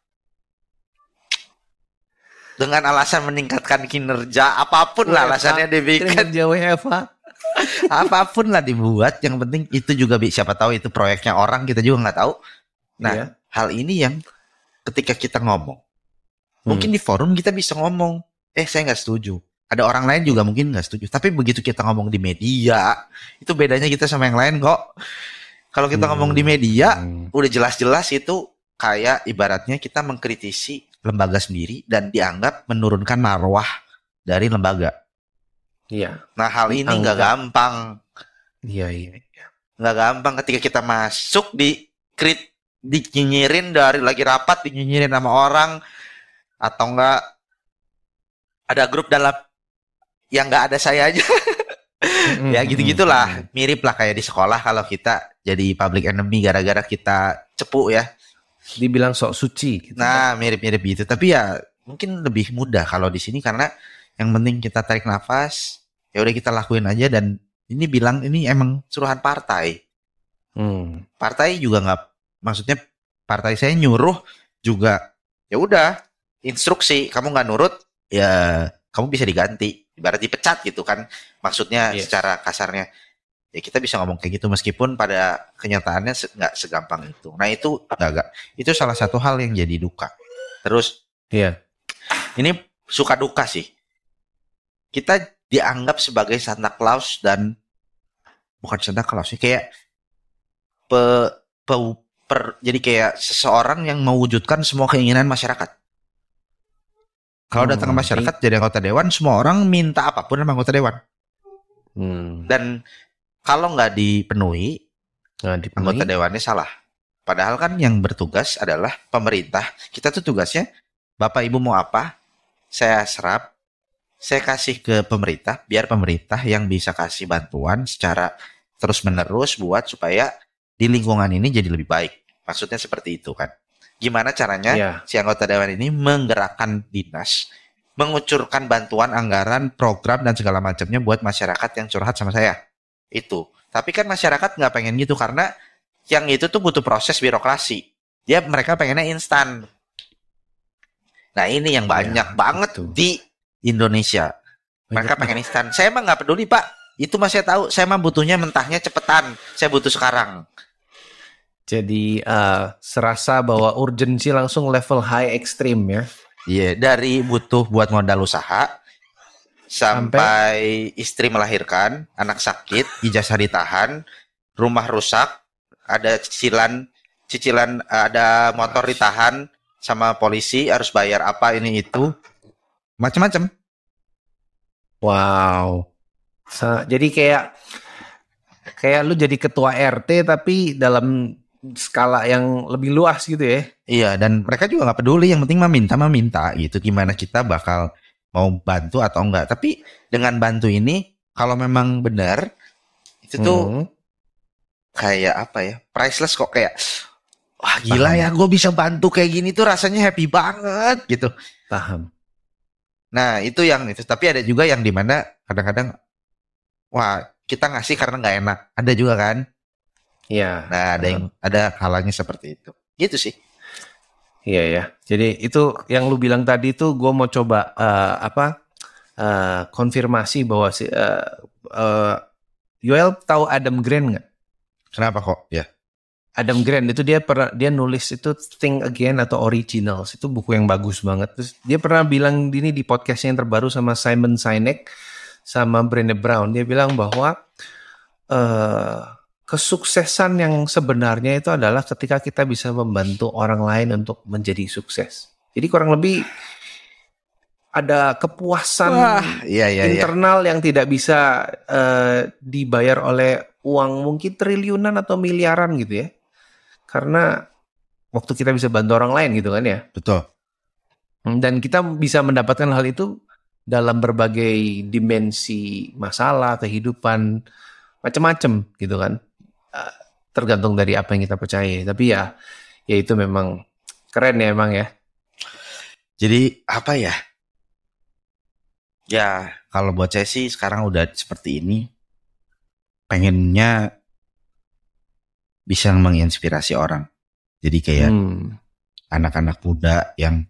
dengan alasan meningkatkan kinerja apapun lah alasannya dibikin. Kinerja W F H. Apapun lah dibuat, yang penting itu juga bi- siapa tahu itu proyeknya orang, kita juga nggak tahu. Nah, Iya. hal ini yang ketika kita ngomong, mungkin di forum kita bisa ngomong, eh saya nggak setuju. Ada orang lain juga mungkin nggak setuju. Tapi begitu kita ngomong di media, itu bedanya kita sama yang lain kok. Kalau kita Hmm. ngomong di media, Hmm. udah jelas-jelas itu kayak ibaratnya kita mengkritisi lembaga sendiri dan dianggap menurunkan marwah dari lembaga. Iya. Nah, hal ini nggak Dianggap. gampang. Iya, iya, iya. Nggak gampang ketika kita masuk di krit dinyinyirin dari lagi rapat, dinyinyirin sama orang, atau enggak ada grup dalam yang nggak ada saya aja. Mm-mm. Ya gitu-gitulah, mirip lah kayak di sekolah kalau kita jadi public enemy gara-gara kita cepu ya. Dibilang sok suci gitu. Nah, mirip-mirip gitu. Tapi ya mungkin lebih mudah kalau di sini karena yang penting kita tarik nafas, ya udah kita lakuin aja. Dan ini bilang ini emang suruhan partai. Hmm. Partai juga nggak, maksudnya partai saya nyuruh juga, ya udah instruksi, kamu nggak nurut ya kamu bisa diganti, ibarat dipecat gitu kan, maksudnya Yes. secara kasarnya. Ya kita bisa ngomong kayak gitu meskipun pada kenyataannya se- nggak segampang itu. Nah itu nggak nggak- itu salah satu hal yang jadi duka. Terus Iya. ini suka duka sih, kita dianggap sebagai Santa Claus dan bukan Santa Claus sih, kayak pe, pe- per- jadi kayak seseorang yang mewujudkan semua keinginan masyarakat. Kalau Hmm, datang ke masyarakat jadi anggota dewan, semua orang minta apapun sama anggota dewan. Hmm. Dan kalau nggak dipenuhi, Nah, dipenuhi. anggota dewannya salah. Padahal kan yang bertugas adalah pemerintah. Kita tuh tugasnya, Bapak Ibu mau apa, saya serap, saya kasih ke pemerintah, biar pemerintah yang bisa kasih bantuan secara terus-menerus buat supaya di lingkungan ini jadi lebih baik. Maksudnya seperti itu kan. Gimana caranya Iya. si anggota dewan ini menggerakkan dinas, mengucurkan bantuan, anggaran, program, dan segala macamnya buat masyarakat yang curhat sama saya. Itu. Tapi kan masyarakat nggak pengen gitu karena yang itu tuh butuh proses birokrasi. Dia mereka pengennya instan. Nah ini yang banyak Ya, banget itu. di Indonesia. Mereka Banyak pengen instan. Saya mah nggak peduli Pak. Itu mah saya tahu. Saya mah butuhnya mentahnya cepetan. Saya butuh sekarang. Jadi eh, serasa bahwa urgensi langsung level high ekstrim ya. Iya, dari butuh buat modal usaha sampai istri melahirkan, anak sakit, ijazah ditahan, rumah rusak, ada cicilan, cicilan ada motor ditahan sama polisi, harus bayar apa ini itu, macam-macam. Wow. Sa- jadi kayak kayak lu jadi ketua R T tapi dalam skala yang lebih luas gitu ya. Iya, dan mereka juga nggak peduli, yang penting meminta meminta gitu. Gimana kita bakal mau bantu atau enggak? Tapi dengan bantu ini, kalau memang benar itu tuh Hmm. kayak apa ya, priceless kok, kayak wah gila Paham. ya gue bisa bantu kayak gini tuh rasanya happy banget gitu. Paham. Nah itu yang itu, tapi ada juga yang dimana kadang-kadang wah kita ngasih karena nggak enak, ada juga kan. Iya. Nah ada yang ada kalanya seperti itu, gitu sih. Iya ya. Jadi itu yang lu bilang tadi tuh gue mau coba uh, apa uh, konfirmasi bahwa si uh, uh, Yoel tahu Adam Grant nggak? Kenapa kok? Ya. Adam Grant itu dia pernah dia nulis itu Think Again atau Originals, itu buku yang bagus banget. Terus dia pernah bilang ini di podcastnya yang terbaru sama Simon Sinek sama Brené Brown, dia bilang bahwa uh, kesuksesan yang sebenarnya itu adalah ketika kita bisa membantu orang lain untuk menjadi sukses. Jadi kurang lebih ada kepuasan Wah, iya, iya, internal iya. yang tidak bisa uh, dibayar oleh uang mungkin triliunan atau miliaran gitu ya. Karena waktu kita bisa bantu orang lain gitu kan ya. Betul. Dan kita bisa mendapatkan hal itu dalam berbagai dimensi masalah, kehidupan, macam-macam gitu kan. Tergantung dari apa yang kita percaya. Tapi ya, ya itu memang keren ya emang ya. Jadi apa ya? Ya kalau buat saya sih sekarang udah seperti ini. Pengennya bisa menginspirasi orang. Jadi kayak hmm. anak-anak muda yang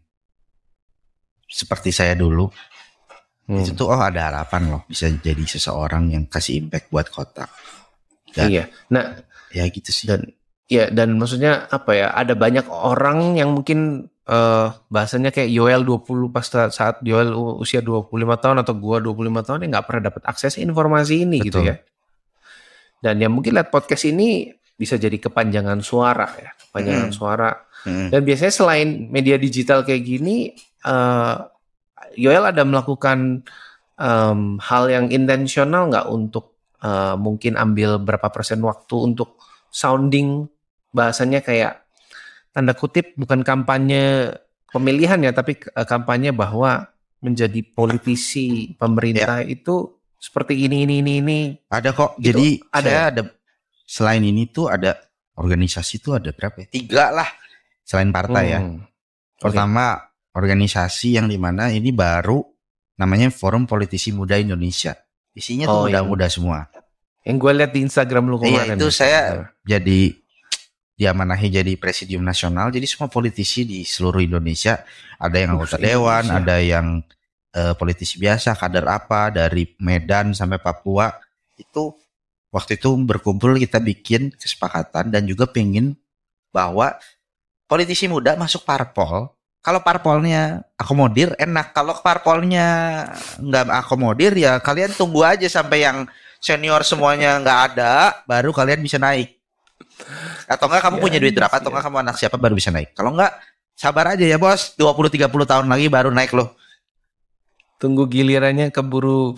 seperti saya dulu, hmm. itu tuh oh ada harapan loh bisa jadi seseorang yang kasih impact buat kota. Dan, iya. Nah, ya gitu sih. Dan ya dan maksudnya apa ya? Ada banyak orang yang mungkin uh, bahasanya kayak Yoel dua puluh pas saat Yoel usia dua puluh lima tahun atau gua dua puluh lima tahun yang nggak pernah dapat akses informasi ini. Betul. Gitu ya. Dan yang mungkin lihat podcast ini bisa jadi kepanjangan suara ya, kepanjangan hmm. suara. Hmm. Dan biasanya selain media digital kayak gini, uh, Yoel ada melakukan um, hal yang intensional nggak untuk uh, mungkin ambil berapa persen waktu untuk sounding, bahasanya kayak tanda kutip bukan kampanye pemilihan ya, tapi uh, kampanye bahwa menjadi politisi pemerintah ya. Itu seperti ini ini ini ini. Ada kok. Gitu. Jadi ada saya ada. Selain ini tuh ada organisasi tuh ada berapa ya? Tiga lah. Selain partai hmm. ya. Pertama okay. organisasi yang dimana ini baru namanya Forum Politisi Muda Indonesia. Isinya tuh oh, muda-muda semua. Yang gue lihat di Instagram lu kemarin. Iya itu saya jadi diamanahi jadi presidium nasional. Jadi semua politisi di seluruh Indonesia. Ada yang anggota dewan, Indonesia. Ada yang uh, politisi biasa, kader apa dari Medan sampai Papua. Itu waktu itu berkumpul kita bikin kesepakatan dan juga pengen bahwa politisi muda masuk parpol. Kalau parpolnya akomodir enak, kalau parpolnya nggak akomodir ya kalian tunggu aja sampai yang senior semuanya nggak ada, baru kalian bisa naik. Atau enggak kamu ya, punya duit berapa, ya. Atau enggak kamu anak siapa baru bisa naik. Kalau enggak sabar aja ya bos, dua puluh tiga puluh tahun lagi baru naik loh. Tunggu gilirannya keburu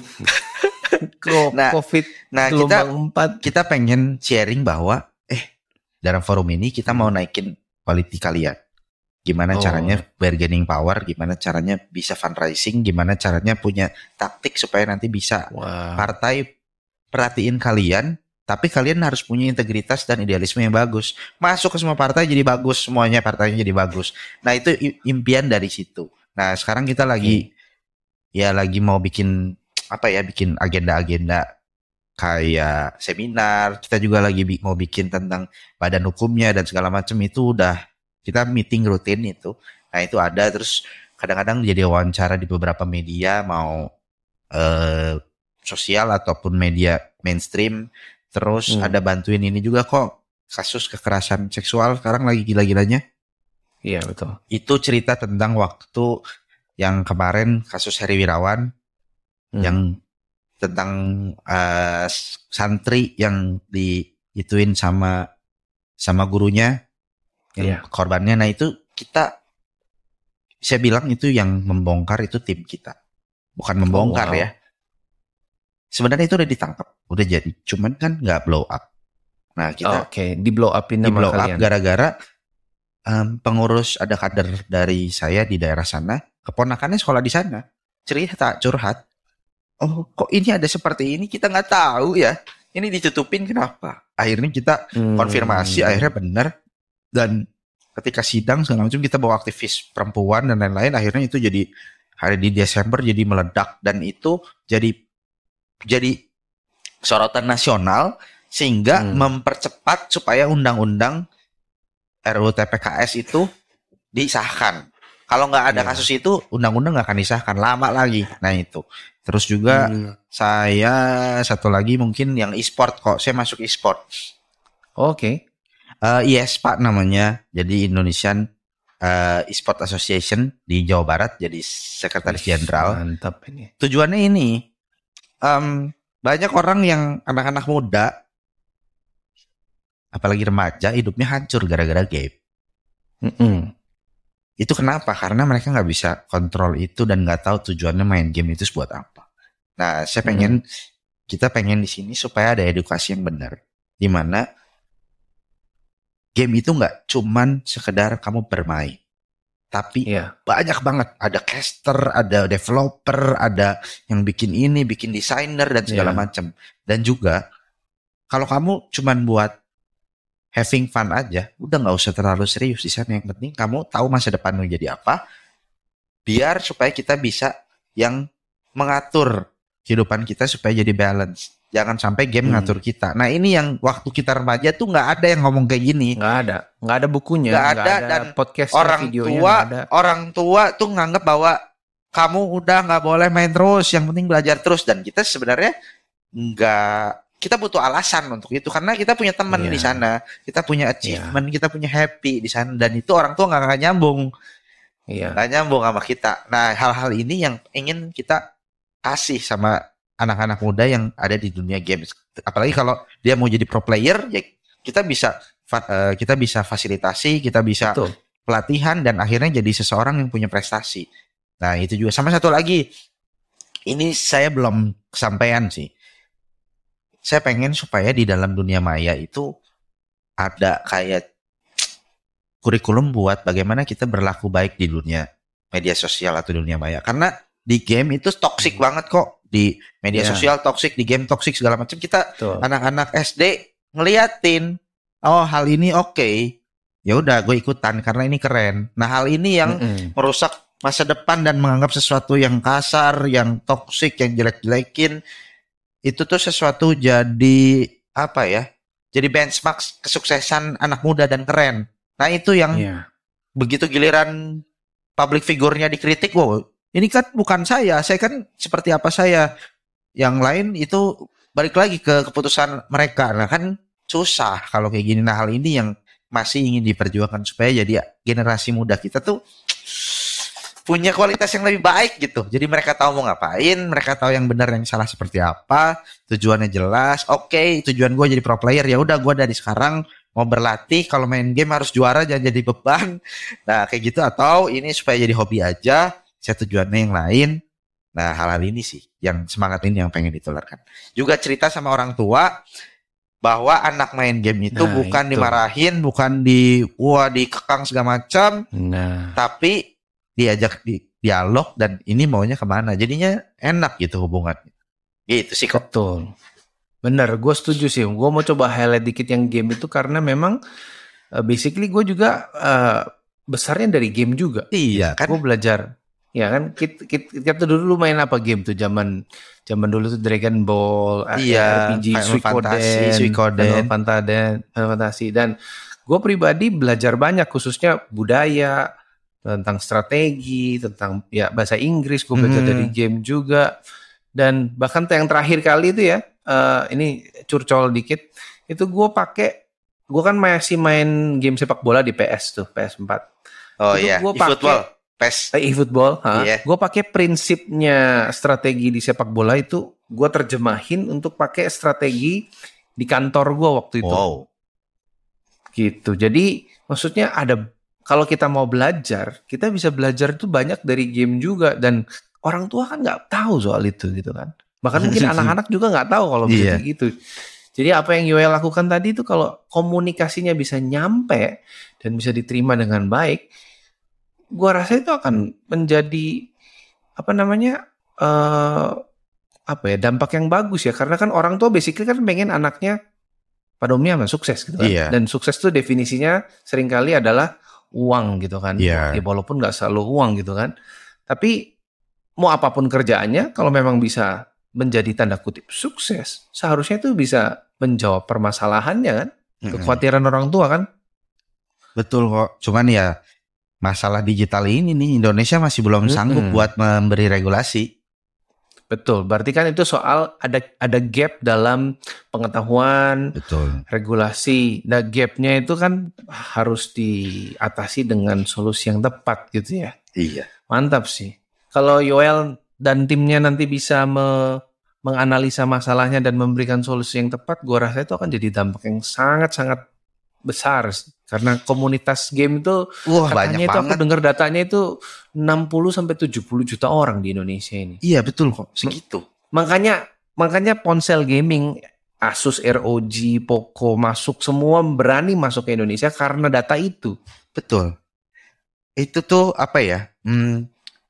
nah, COVID nah kita empat. Kita pengen sharing bahwa eh dalam forum ini kita mau naikin quality kalian. Gimana oh. caranya bargaining power, gimana caranya bisa fundraising, gimana caranya punya taktik supaya nanti bisa wow. partai perhatiin kalian, tapi kalian harus punya integritas dan idealisme yang bagus. Masuk ke semua partai jadi bagus, semuanya partainya jadi bagus. Nah, itu impian dari situ. Nah, sekarang kita lagi hmm. ya lagi mau bikin apa ya, bikin agenda-agenda kayak seminar. Kita juga lagi bi- mau bikin tentang badan hukumnya dan segala macam, itu udah kita meeting rutin itu. Nah, itu ada. Terus kadang-kadang jadi wawancara di beberapa media, mau eh, sosial ataupun media mainstream. Terus hmm. ada bantuin ini juga kok, kasus kekerasan seksual sekarang lagi gila-gilanya. Iya, betul. Itu cerita tentang waktu yang kemarin kasus Heri Wirawan. Hmm. Yang tentang uh, santri yang diituin sama sama gurunya, yang yeah. korbannya. Nah, itu kita, saya bilang itu yang membongkar itu tim kita, bukan membongkar oh, wow. ya. Sebenarnya itu udah ditangkap, udah jadi, cuman kan nggak blow up. Nah, kita oke, okay. di blow upin di nama blow kalian. up gara-gara um, pengurus, ada kader dari saya di daerah sana, keponakannya sekolah di sana, cerita curhat. Oh, kok ini ada seperti ini, kita nggak tahu ya. ini ditutupin kenapa? Akhirnya kita Hmm. konfirmasi, akhirnya benar. Dan ketika sidang segala macam kita bawa aktivis perempuan dan lain-lain, akhirnya itu jadi hari di Desember jadi meledak dan itu jadi jadi sorotan nasional sehingga Hmm. mempercepat supaya undang-undang R U U T P K S itu disahkan. Kalau nggak ada Iya. kasus itu undang-undang nggak akan disahkan, lama lagi. Nah itu. Terus juga Hmm. saya satu lagi mungkin yang e-sport kok. Saya masuk e-sport. Oke. Eh, I S P A namanya. Jadi Indonesian eh, E-Sport Association di Jawa Barat. Jadi sekretaris jenderal. Mantap ini. Tujuannya ini, em, banyak orang yang anak-anak muda, apalagi remaja, hidupnya hancur gara-gara game. Mm-mm. Itu kenapa? Karena mereka nggak bisa kontrol itu dan nggak tahu tujuannya main game itu buat apa. Nah, saya pengen, kita pengen di sini supaya ada edukasi yang benar, di mana game itu nggak cuman sekedar kamu bermain, tapi Iya. banyak banget. Ada caster, ada developer, ada yang bikin ini, bikin desainer dan segala Iya. macam. Dan juga kalau kamu cuman buat having fun aja, udah nggak usah terlalu serius di sana. Yang penting kamu tahu masa depanmu jadi apa, biar supaya kita bisa yang mengatur kehidupan kita supaya jadi balance. Jangan sampai game Hmm. ngatur kita. Nah ini yang waktu kita remaja tuh nggak ada yang ngomong kayak gini. Nggak ada, nggak ada bukunya, Nggak ada, dan podcast, Orang videonya tua, nggak ada. orang tua tuh nganggap bahwa kamu udah nggak boleh main terus, yang penting belajar terus. Dan kita sebenarnya nggak, kita butuh alasan untuk itu karena kita punya teman Iya. di sana, kita punya achievement, kita punya happy di sana, dan itu orang tua nggak nggak nyambung, Iya. nggak nyambung sama kita. Nah hal-hal ini yang ingin kita kasih sama anak-anak muda yang ada di dunia games. Apalagi kalau dia mau jadi pro player, ya kita bisa fa- eh, kita bisa fasilitasi, kita bisa Betul. pelatihan, dan akhirnya jadi seseorang yang punya prestasi. Nah itu juga. Sama satu lagi, ini saya belum kesampaian sih. Saya pengen supaya di dalam dunia maya itu ada kayak kurikulum buat bagaimana kita berlaku baik di dunia media sosial atau dunia maya. Karena di game itu toksik banget kok. Di media Iya. sosial toksik, di game toksik segala macam. Kita Betul. anak-anak S D ngeliatin, oh hal ini oke, ya udah gue ikutan karena ini keren. Nah hal ini yang Mm-mm. merusak masa depan dan menganggap sesuatu yang kasar, yang toksik, yang jelek-jelekin, itu tuh sesuatu jadi apa ya? Jadi benchmark kesuksesan anak muda dan keren. Nah itu yang Iya. begitu giliran public figure-nya dikritik, wow, ini kan bukan saya, saya kan seperti apa saya. Yang lain itu balik lagi ke keputusan mereka. Nah kan susah kalau kayak gini. Nah hal ini yang masih ingin diperjuangkan supaya jadi generasi muda kita tuh punya kualitas yang lebih baik gitu. Jadi mereka tahu mau ngapain, mereka tahu yang benar yang salah seperti apa, tujuannya jelas. Oke, tujuan gue jadi pro player, ya udah gue dari sekarang mau berlatih, kalau main game harus juara, jangan jadi beban. Nah kayak gitu, atau ini supaya jadi hobi aja, saya tujuannya yang lain. Nah hal-hal ini sih yang semangat ini yang pengen ditularkan. Juga cerita sama orang tua bahwa anak main game itu Nah, bukan itu. dimarahin, bukan di wah dikekang segala macam, Nah, tapi diajak di dialog dan ini maunya kemana. Jadinya enak gitu hubungannya. Gitu sih kok. betul. Bener, gue setuju sih. Gue mau coba highlight dikit yang game itu karena memang uh, basically gue juga uh, besarnya dari game juga. Iya kan. Gue belajar. Ya kan, kita, kita, kita dulu main apa game tuh zaman zaman dulu tuh Dragon Ball, Iya, R P G, Final Fantasy, Suikoden, Suikoden. Final Fantasy, Final Fantasy. Dan gue pribadi belajar banyak khususnya budaya, tentang strategi, tentang ya bahasa Inggris. Gue belajar Hmm. dari game juga. Dan bahkan yang terakhir kali itu ya, eh, ini curcol dikit, itu gue pakai, gue kan masih main game sepak bola di P S tuh, P S empat. Oh Itu iya, gua pakai- e-football, P E S. Eh, e-football, ha? Iya. Gue pakai prinsipnya strategi di sepak bola itu gue terjemahin untuk pakai strategi di kantor gue waktu itu. Wow. Gitu. Jadi maksudnya ada, kalau kita mau belajar, kita bisa belajar itu banyak dari game juga, dan orang tua kan nggak tahu soal itu gitu kan. Bahkan mungkin anak-anak juga nggak tahu kalau bisa Iya. kayak gitu. Jadi apa yang Yoel lakukan tadi itu kalau komunikasinya bisa nyampe dan bisa diterima dengan baik, gua rasa itu akan menjadi apa namanya eh apa ya dampak yang bagus ya, karena kan orang tua basically kan pengen anaknya pada umumnya sukses gitu kan. Iya. Dan sukses tuh definisinya seringkali adalah uang gitu kan. Iya. Ya walaupun nggak selalu uang gitu kan. Tapi mau apapun kerjaannya, kalau memang bisa menjadi tanda kutip sukses, seharusnya itu bisa menjawab permasalahannya kan. Kekhawatiran mm-hmm. orang tua kan. Betul kok. Cuman ya masalah digital ini nih Indonesia masih belum mm-hmm. sanggup buat memberi regulasi. Betul, berarti kan itu soal ada ada gap dalam pengetahuan, betul, regulasi. Nah, gapnya itu kan harus diatasi dengan solusi yang tepat gitu ya. Iya. Mantap sih. Kalau Yoel dan timnya nanti bisa me, menganalisa masalahnya dan memberikan solusi yang tepat, gua rasa itu akan jadi dampak yang sangat-sangat besar. Karena komunitas game itu wah, katanya itu banget. aku dengar datanya itu enam puluh sampai tujuh puluh juta orang di Indonesia ini. Iya betul kok, segitu. Makanya makanya ponsel gaming Asus R O G, Poco masuk semua berani masuk ke Indonesia karena data itu. Betul. Itu tuh apa ya? Hmm,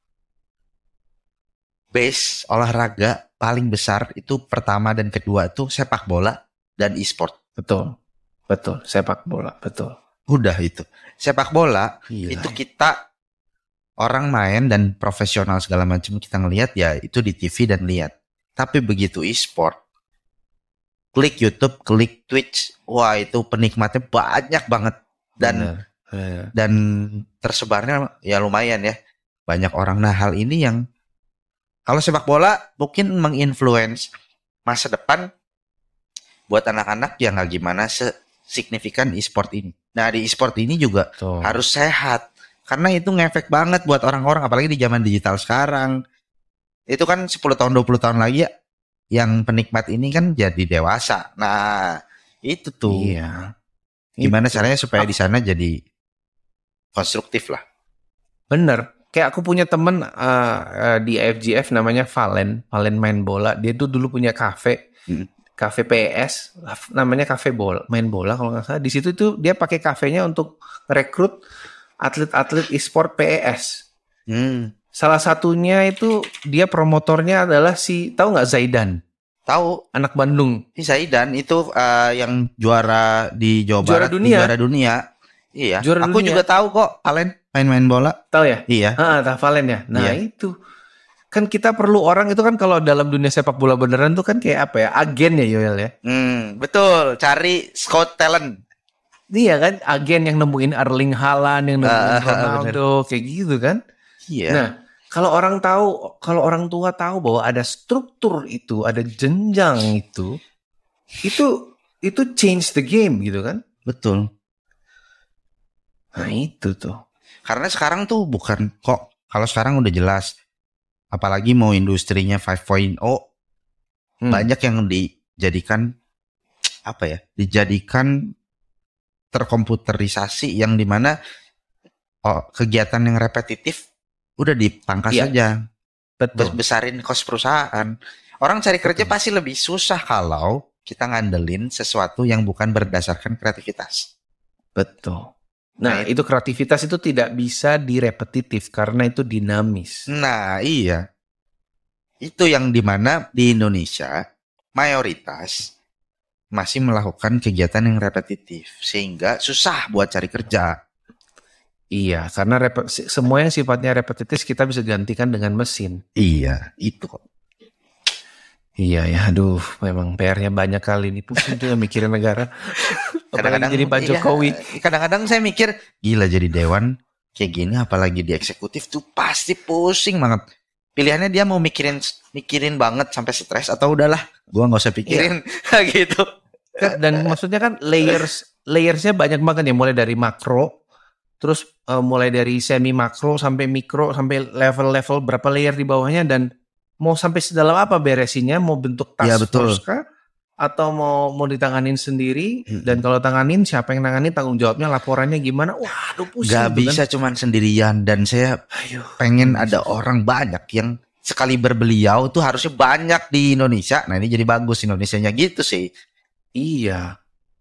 base olahraga paling besar itu pertama dan kedua tuh sepak bola dan e-sport. Betul. Betul, sepak bola, betul. Udah itu. Sepak bola Gila, itu kita orang main dan profesional segala macam kita ngelihat ya itu di T V dan lihat. Tapi begitu e-sport, klik YouTube, klik Twitch, wah itu penikmatnya banyak banget dan bener, bener. dan tersebarnya ya lumayan ya. Banyak orang. Nah, hal ini yang kalau sepak bola mungkin menginfluence masa depan buat anak-anak yang nggak gimana sesignifikan e-sport ini. Nah, di e-sport ini juga Tuh. harus sehat. Karena itu ngefek banget buat orang-orang, apalagi di zaman digital sekarang. Itu kan sepuluh tahun, dua puluh tahun lagi ya, yang penikmat ini kan jadi dewasa. Nah, itu tuh. Iya. Gimana itu. caranya supaya di sana jadi konstruktif lah. Bener. Kayak aku punya temen uh, uh, di A F G F namanya Valen. Valen main bola. Dia tuh dulu punya kafe. Hmm. Kafe P S, namanya kafe bola, main bola kalau nggak salah. Di situ tuh dia pakai kafenya untuk rekrut atlet-atlet e-sport P E S. Hmm. Salah satunya itu dia promotornya adalah si, tahu nggak Zaidan? Tahu, anak Bandung. Si Zaidan itu uh, yang juara di Jawa juara Barat, dunia. juara dunia. Iya. Juara Aku dunia. juga tahu kok, Valen main-main bola. Tahu ya? Iya. Ah, tahu Valen ya. Nah iya. itu. Kan kita perlu orang itu kan kalau dalam dunia sepak bola beneran tuh kan kayak apa ya, agen ya Yoel ya. Hmm, betul, cari scout talent. Iya kan, agen yang nemuin Erling Haaland, yang nemuin uh, Ronaldo, bener. Kayak gitu kan. Iya. Nah, kalau orang tahu, kalau orang tua tahu bahwa ada struktur itu, ada jenjang itu, itu itu change the game gitu kan. Betul. Nah itu tuh. Karena sekarang tuh bukan kok, kalau sekarang udah jelas. Apalagi mau industrinya lima titik nol, hmm. banyak yang dijadikan apa ya? Dijadikan terkomputerisasi yang dimana oh, kegiatan yang repetitif udah dipangkas ya. saja. Betul. Besarin kos perusahaan. Orang cari kerja Betul. Pasti lebih susah kalau kita ngandelin sesuatu yang bukan berdasarkan kreativitas. Betul. Nah, nah itu kreativitas itu tidak bisa direpetitif karena itu dinamis. Nah iya, itu yang dimana di Indonesia mayoritas masih melakukan kegiatan yang repetitif sehingga susah buat cari kerja. Iya, karena rep- semua yang sifatnya repetitif kita bisa gantikan dengan mesin. Iya, itu kok. Iya ya, aduh, memang P R-nya banyak kali nih, pusing juga mikirin negara. Kadang-kadang jadi Pak Jokowi. Iya, kadang-kadang saya mikir, gila jadi dewan kayak gini, apalagi di eksekutif tuh pasti pusing banget. Pilihannya dia mau mikirin mikirin banget sampai stres atau udahlah, gua nggak usah pikirin iya. gitu. Dan maksudnya kan layers layersnya banyak banget ya, mulai dari makro, terus uh, mulai dari semi makro sampai mikro sampai level-level berapa layer di bawahnya dan mau sampai sedalam apa beresinnya, mau bentuk task ya, betul. force kah? Atau mau mau ditanganin sendiri, hmm. dan kalau tanganin siapa yang nanganin, tanggung jawabnya, laporannya gimana? Wah, aduh pusing. Gak bisa kan? Cuman sendirian dan saya Ayuh, pengen ada orang banyak yang sekaliber beliau tuh harusnya banyak di Indonesia. Nah ini jadi bagus Indonesianya gitu sih. Iya.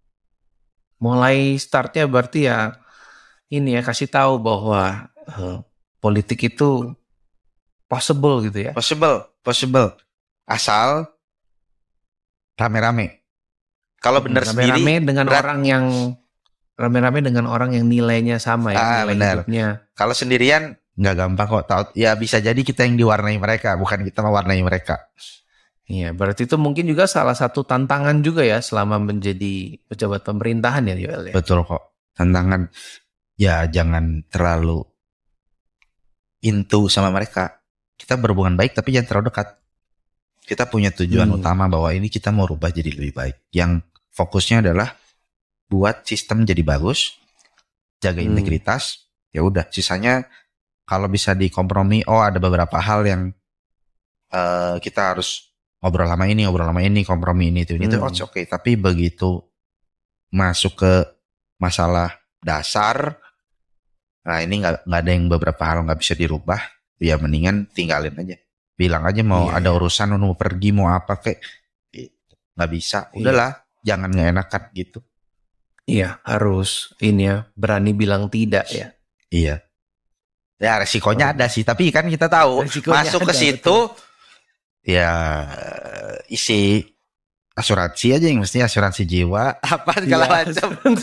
Mulai startnya berarti ya ini ya kasih tahu bahwa uh, politik itu possible gitu ya. Possible, possible. asal rame-rame. Kalau benar sendiri rame-rame dengan berat. orang yang rame-rame dengan orang yang nilainya sama ya, Ah, nilai benar. hidupnya. Kalau sendirian nggak gampang kok. Tahu ya, bisa jadi kita yang diwarnai mereka, bukan kita mewarnai mereka. Iya, berarti itu mungkin juga salah satu tantangan juga ya selama menjadi pejabat pemerintahan ya, Yoel ya. Betul kok. Tantangan ya, jangan terlalu into sama mereka. Kita berhubungan baik tapi jangan terlalu dekat. Kita punya tujuan Hmm. utama bahwa ini kita mau rubah jadi lebih baik. Yang fokusnya adalah buat sistem jadi bagus, jaga Hmm. integritas. Ya udah, sisanya kalau bisa dikompromi. Oh, ada beberapa hal yang uh, kita harus ngobrol lama ini, ngobrol lama ini, kompromi ini itu, ini itu, Hmm. oh, oke. Okay. Tapi begitu masuk ke masalah dasar, nah ini nggak nggak ada yang beberapa hal nggak bisa dirubah. Ya mendingan tinggalin aja. Bilang aja mau Iya, ada iya. urusan, mau pergi, mau apa kayak nggak bisa. Udahlah, jangan nggak enakan gitu. Iya, harus ini ya, berani bilang tidak ya. Iya. Ya resikonya Oh. ada sih, tapi kan kita tahu Resikonya masuk ke ada, situ ya isi asuransi aja yang mesti asuransi jiwa apa segala Iya, macam.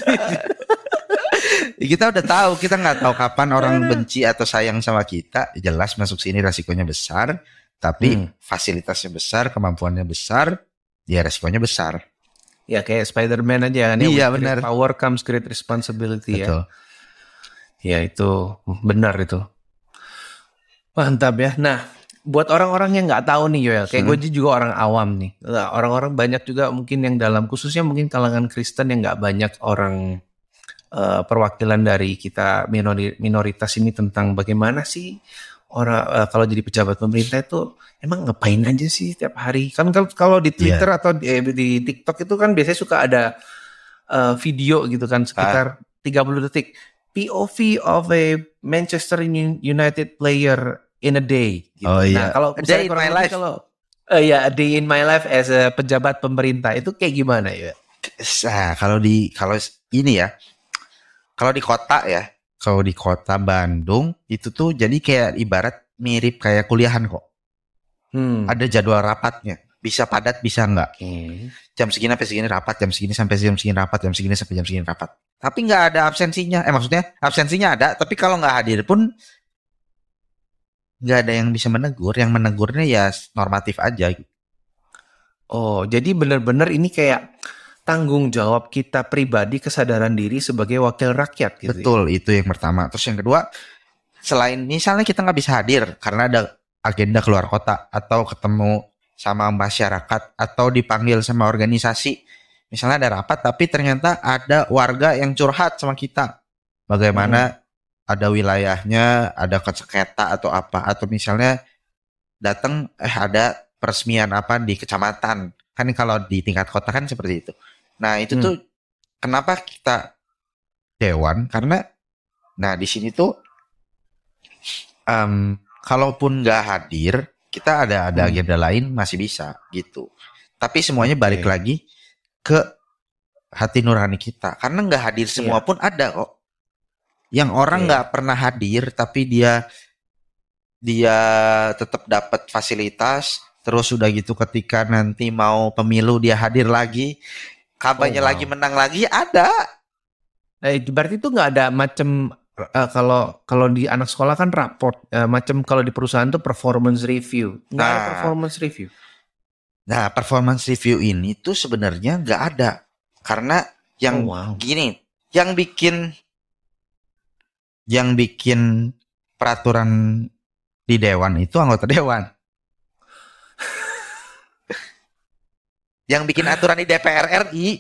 Kita udah tahu, kita nggak tahu kapan orang benci atau sayang sama kita. Jelas masuk sini resikonya besar, tapi Hmm. fasilitasnya besar, kemampuannya besar, ya resikonya besar. Ya kayak Spider-Man aja kan ya. Iya, with great benar. power comes great responsibility ya. Betul. Ya itu benar itu. Mantap ya. Nah, buat orang-orang yang nggak tahu nih Yoel, kayak Hmm. gue juga orang awam nih. Nah, orang-orang banyak juga mungkin yang dalam, khususnya mungkin kalangan Kristen yang nggak banyak orang eh, perwakilan dari kita minori- minoritas ini tentang bagaimana sih orang eh, kalau jadi pejabat pemerintah itu emang ngapain aja sih tiap hari. Kan kal- kalau di Twitter atau di, eh, di TikTok itu kan biasanya suka ada eh, video gitu kan sekitar tiga puluh detik. P O V of a Manchester United player in a day. Gitu. Oh iya. Nah kalau A day in kurang my lebih life. kalau eh ya a day in my life as a pejabat pemerintah itu kayak gimana ya? Nah, kalau di kalau ini ya, kalau di kota ya, kalau di kota Bandung itu tuh jadi kayak ibarat mirip kayak kuliahan kok. Hmm. Ada jadwal rapatnya, bisa padat bisa enggak. Oke. Jam segini sampai segini rapat, jam segini sampai jam segini rapat, jam segini sampai jam segini rapat. Tapi nggak ada absensinya. Eh maksudnya absensinya ada, tapi kalau nggak hadir pun nggak ada yang bisa menegur. Yang menegurnya ya normatif aja. Oh, jadi benar-benar ini kayak tanggung jawab kita pribadi, kesadaran diri sebagai wakil rakyat gitu. Betul, itu yang pertama. Terus yang kedua, selain misalnya kita nggak bisa hadir karena ada agenda keluar kota atau ketemu sama masyarakat atau dipanggil sama organisasi, misalnya ada rapat tapi ternyata ada warga yang curhat sama kita, bagaimana hmm. ada wilayahnya, ada sengketa atau apa, atau misalnya datang eh ada peresmian apa di kecamatan, kan kalau di tingkat kota kan seperti itu. Nah itu hmm. tuh kenapa kita dewan, karena nah di sini tuh um, kalaupun nggak hadir, kita ada ada hmm. agenda lain masih bisa gitu. Tapi semuanya balik okay. lagi ke hati nurani kita. Karena nggak hadir semua yeah. pun ada kok. Yang orang nggak okay. pernah hadir tapi dia dia tetap dapat fasilitas. Terus udah gitu ketika nanti mau pemilu dia hadir lagi, kampanye oh, wow. lagi menang lagi ada. Nah, berarti itu nggak ada macam Uh, kalau kalau di anak sekolah kan raport, uh, macam kalau di perusahaan tuh performance review. Nggak nah, ada performance review. Nah, performance review ini tuh sebenarnya nggak ada. Karena yang oh, wow. gini, yang bikin yang bikin peraturan di dewan itu anggota dewan. Yang bikin aturan di D P R R I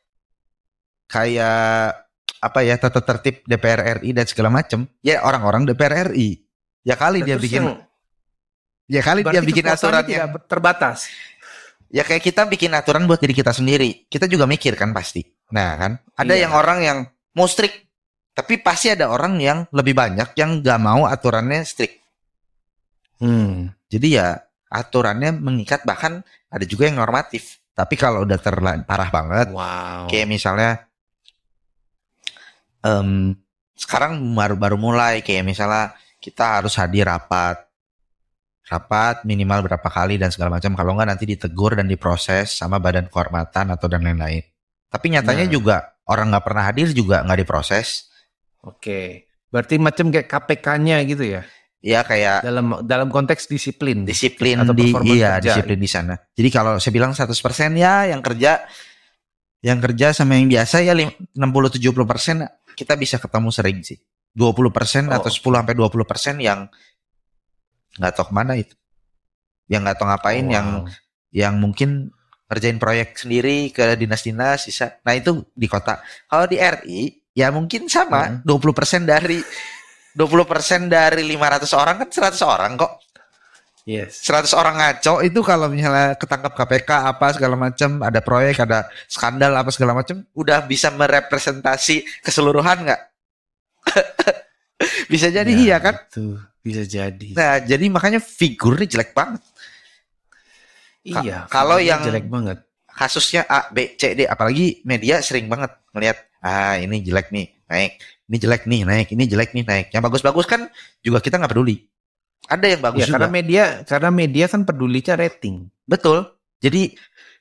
kayak apa ya, tata tertib D P R R I dan segala macam, ya orang-orang D P R R I. Ya kali dia bikin yang, ya kali dia bikin aturan yang terbatas. Ya kayak kita bikin aturan buat diri kita sendiri. Kita juga mikir kan pasti. Nah kan, ada iya. yang orang yang mau strict, tapi pasti ada orang yang lebih banyak yang gak mau aturannya strict. Hmm. Jadi ya aturannya mengikat, bahkan ada juga yang normatif. Tapi kalau udah terlalu parah banget, wow. kayak misalnya Um, sekarang baru baru mulai kayak misalnya kita harus hadir rapat rapat minimal berapa kali dan segala macam. Kalau enggak nanti ditegur dan diproses sama badan kehormatan atau dan lain-lain. Tapi nyatanya Nah. juga orang nggak pernah hadir juga nggak diproses. Oke, berarti macam kayak K P K-nya gitu ya? Ya kayak Dalam dalam konteks disiplin. disiplin atau di performa iya kerja. disiplin di sana. Jadi kalau saya bilang seratus persen ya yang kerja yang kerja sama yang biasa ya enam puluh tujuh puluh persen kita bisa ketemu sering sih. dua puluh persen Oh, atau sepuluh sampai dua puluh persen yang nggak tahu kemana itu. Yang nggak tahu ngapain, Oh, yang wow. yang mungkin ngerjain proyek sendiri ke dinas-dinas bisa. Nah itu di kota. Kalau di R I ya mungkin sama Hmm. dua puluh persen dari dua puluh persen dari lima ratus orang kan seratus orang kok. Yes. seratus orang ngaco itu kalau misalnya ketangkap K P K apa segala macam, ada proyek, ada skandal apa segala macam, udah bisa merepresentasi keseluruhan nggak? Bisa jadi Ya, iya kan? Itu bisa jadi. Nah jadi makanya figurnya jelek banget. Iya. kalau figurnya yang- jelek banget. Kasusnya A, B, C, D, apalagi media sering banget melihat ah ini jelek nih naik, ini jelek nih naik, ini jelek nih naik. Yang bagus-bagus kan juga kita nggak peduli. Ada yang bagus Ya, juga. karena media karena media kan pedulinya rating. Betul. Jadi